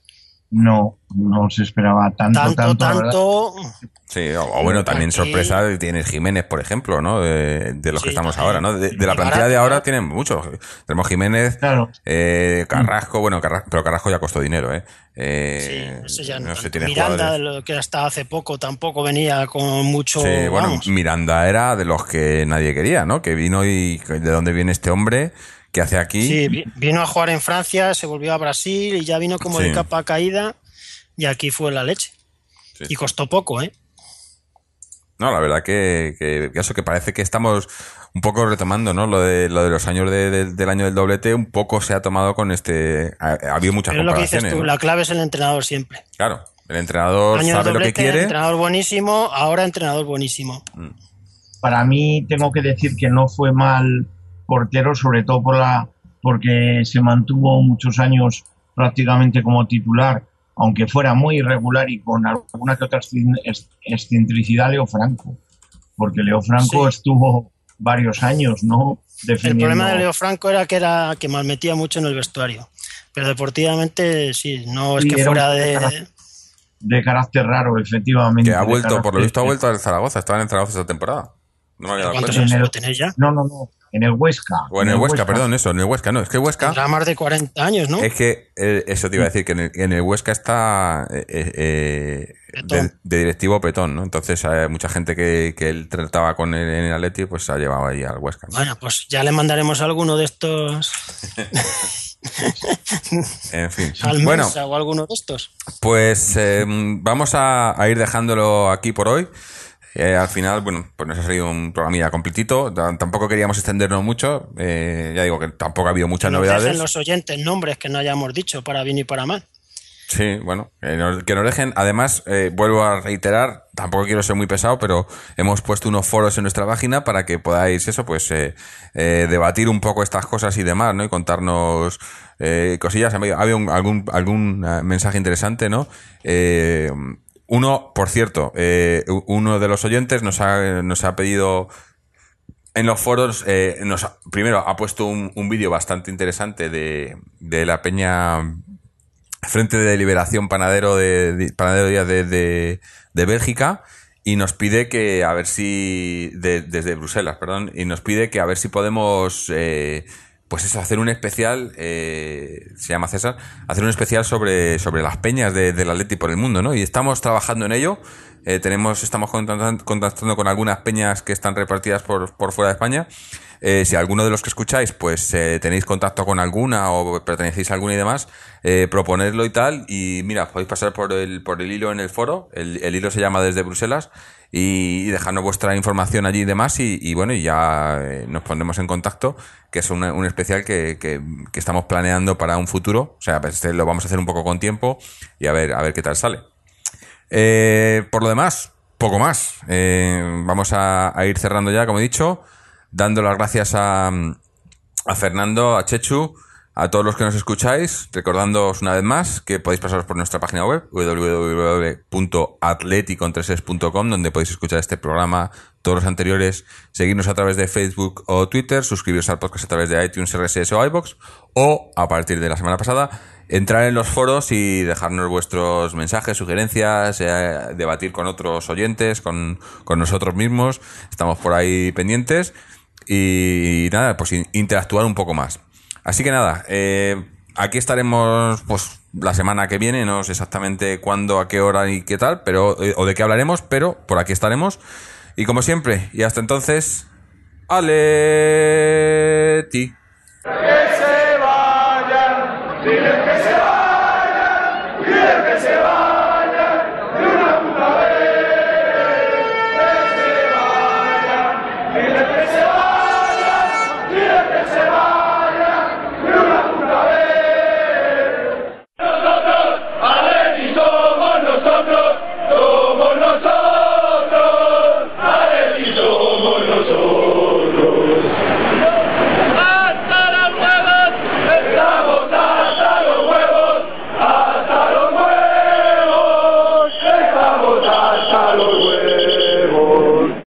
No, no se esperaba tanto, Tanto, tanto. tanto. Sí, o, o bueno, también Aquí- sorpresa tiene Jiménez, por ejemplo, ¿no? De, de los Sí, que estamos también. ahora, ¿no? De, de la Y plantilla barato, de ahora barato. tienen muchos. Tenemos Jiménez, Claro. eh, Carrasco, bueno, Carrasco, pero Carrasco ya costó dinero, ¿eh? eh Sí, ese ya no, no sé, tanto. tiene Miranda, jugadores. de lo que hasta hace poco tampoco venía con mucho, Sí, bueno, vamos. Miranda era de los que nadie quería, ¿no? Que vino y de dónde viene este hombre, qué hace aquí. Sí, vi- vino a jugar en Francia, se volvió a Brasil y ya vino como Sí. de capa caída y aquí fue la leche. Sí, Y costó poco, ¿eh? No, la verdad que, que, que eso que parece que estamos un poco retomando, ¿no? Lo de, lo de los años de- de- del año del doblete, un poco se ha tomado con este... Ha, ha habido muchas Pero es lo que dices comparaciones, tú, ¿no? la clave es el entrenador siempre. Claro, el entrenador Año del sabe lo que doblete, quiere. entrenador buenísimo, ahora entrenador buenísimo. Para mí tengo que decir que no fue mal portero, sobre todo por la porque se mantuvo muchos años prácticamente como titular, aunque fuera muy irregular y con alguna que otra excin- ex- excentricidad, Leo Franco, porque Leo Franco Sí. estuvo varios años, ¿no? El Defendiendo. problema de Leo Franco era que era que malmetía mucho en el vestuario. Pero deportivamente sí, no es Sí, que era un fuera de de... carácter- de carácter raro, efectivamente. Que ha de vuelto, por lo carácter- visto, ha vuelto al Zaragoza. Estaban en Zaragoza esta temporada. No me había dado ¿Cuántos cuenta. años en el- puede tener ya? No, no, no, en el Huesca. O en el Huesca, perdón, eso, en el Huesca. No, es que Huesca... Tendrá más de cuarenta años, ¿no? Es que eh, eso te iba a decir, que en el, en el Huesca está eh, eh, de, Petón. de directivo Petón, ¿no? Entonces hay mucha gente que, que él trataba con él en el Atleti, pues se ha llevado ahí al Huesca, ¿no? Bueno, pues ya le mandaremos alguno de estos En fin. al Bueno, Mensa o alguno de estos. pues eh, vamos a, a ir dejándolo aquí por hoy. Eh, al final, bueno, pues nos ha salido un programilla completito. T- Tampoco queríamos extendernos mucho. Eh, ya digo que tampoco ha habido muchas Que nos novedades. dejen los oyentes nombres que no hayamos dicho para bien y para mal. Sí, bueno, que nos, que nos dejen. Además, eh, vuelvo a reiterar, tampoco quiero ser muy pesado, pero hemos puesto unos foros en nuestra página para que podáis eso, pues eh, eh, debatir un poco estas cosas y demás, ¿no? Y contarnos eh, cosillas. Ha habido un- algún algún eh, mensaje interesante, ¿no? Eh, uno, por cierto, eh, uno de los oyentes nos ha nos ha pedido en los foros, eh, nos ha- primero ha puesto un, un vídeo bastante interesante de, de la peña Frente de Liberación Panadero de, de Panadero Díaz de, de, de Bélgica, y nos pide que a ver si de- desde Bruselas, perdón, y nos pide que a ver si podemos eh, pues eso, hacer un especial, eh, se llama César, hacer un especial sobre, sobre las peñas de, del Atleti por el mundo, ¿no? Y estamos trabajando en ello. Eh, tenemos, estamos contactando, contactando con algunas peñas que están repartidas por, por fuera de España. Eh, si alguno de los que escucháis, pues eh, tenéis contacto con alguna o pertenecéis a alguna y demás, eh, proponedlo y tal. Y mira, podéis pasar por el, por el hilo en el foro. El, el hilo se llama Desde Bruselas. Y, y dejarnos vuestra información allí y demás. Y, y bueno, y ya eh, nos pondremos en contacto, que es una- un especial que, que, que estamos planeando para un futuro. O sea, pues este lo vamos a hacer un poco con tiempo y a ver, a ver qué tal sale. Eh, por lo demás, poco más. Eh, vamos a, a ir cerrando ya, como he dicho, dando las gracias a, a Fernando, a Chechu, a todos los que nos escucháis, recordándoos una vez más que podéis pasaros por nuestra página web w w w punto atleti con tres es punto com, donde podéis escuchar este programa, todos los anteriores, seguirnos a través de Facebook o Twitter, suscribiros al podcast a través de iTunes, R S S o iVoox, o a partir de la semana pasada entrar en los foros y dejarnos vuestros mensajes, sugerencias, eh, debatir con otros oyentes, con, con nosotros mismos. Estamos por ahí pendientes y nada, pues in- interactuar un poco más. Así que nada, eh, aquí estaremos pues la semana que viene, no sé exactamente cuándo, a qué hora y qué tal, pero eh, o de qué hablaremos, pero por aquí estaremos. Y como siempre, y hasta entonces, ¡Aleti! Que se vayan, dile que se vayan.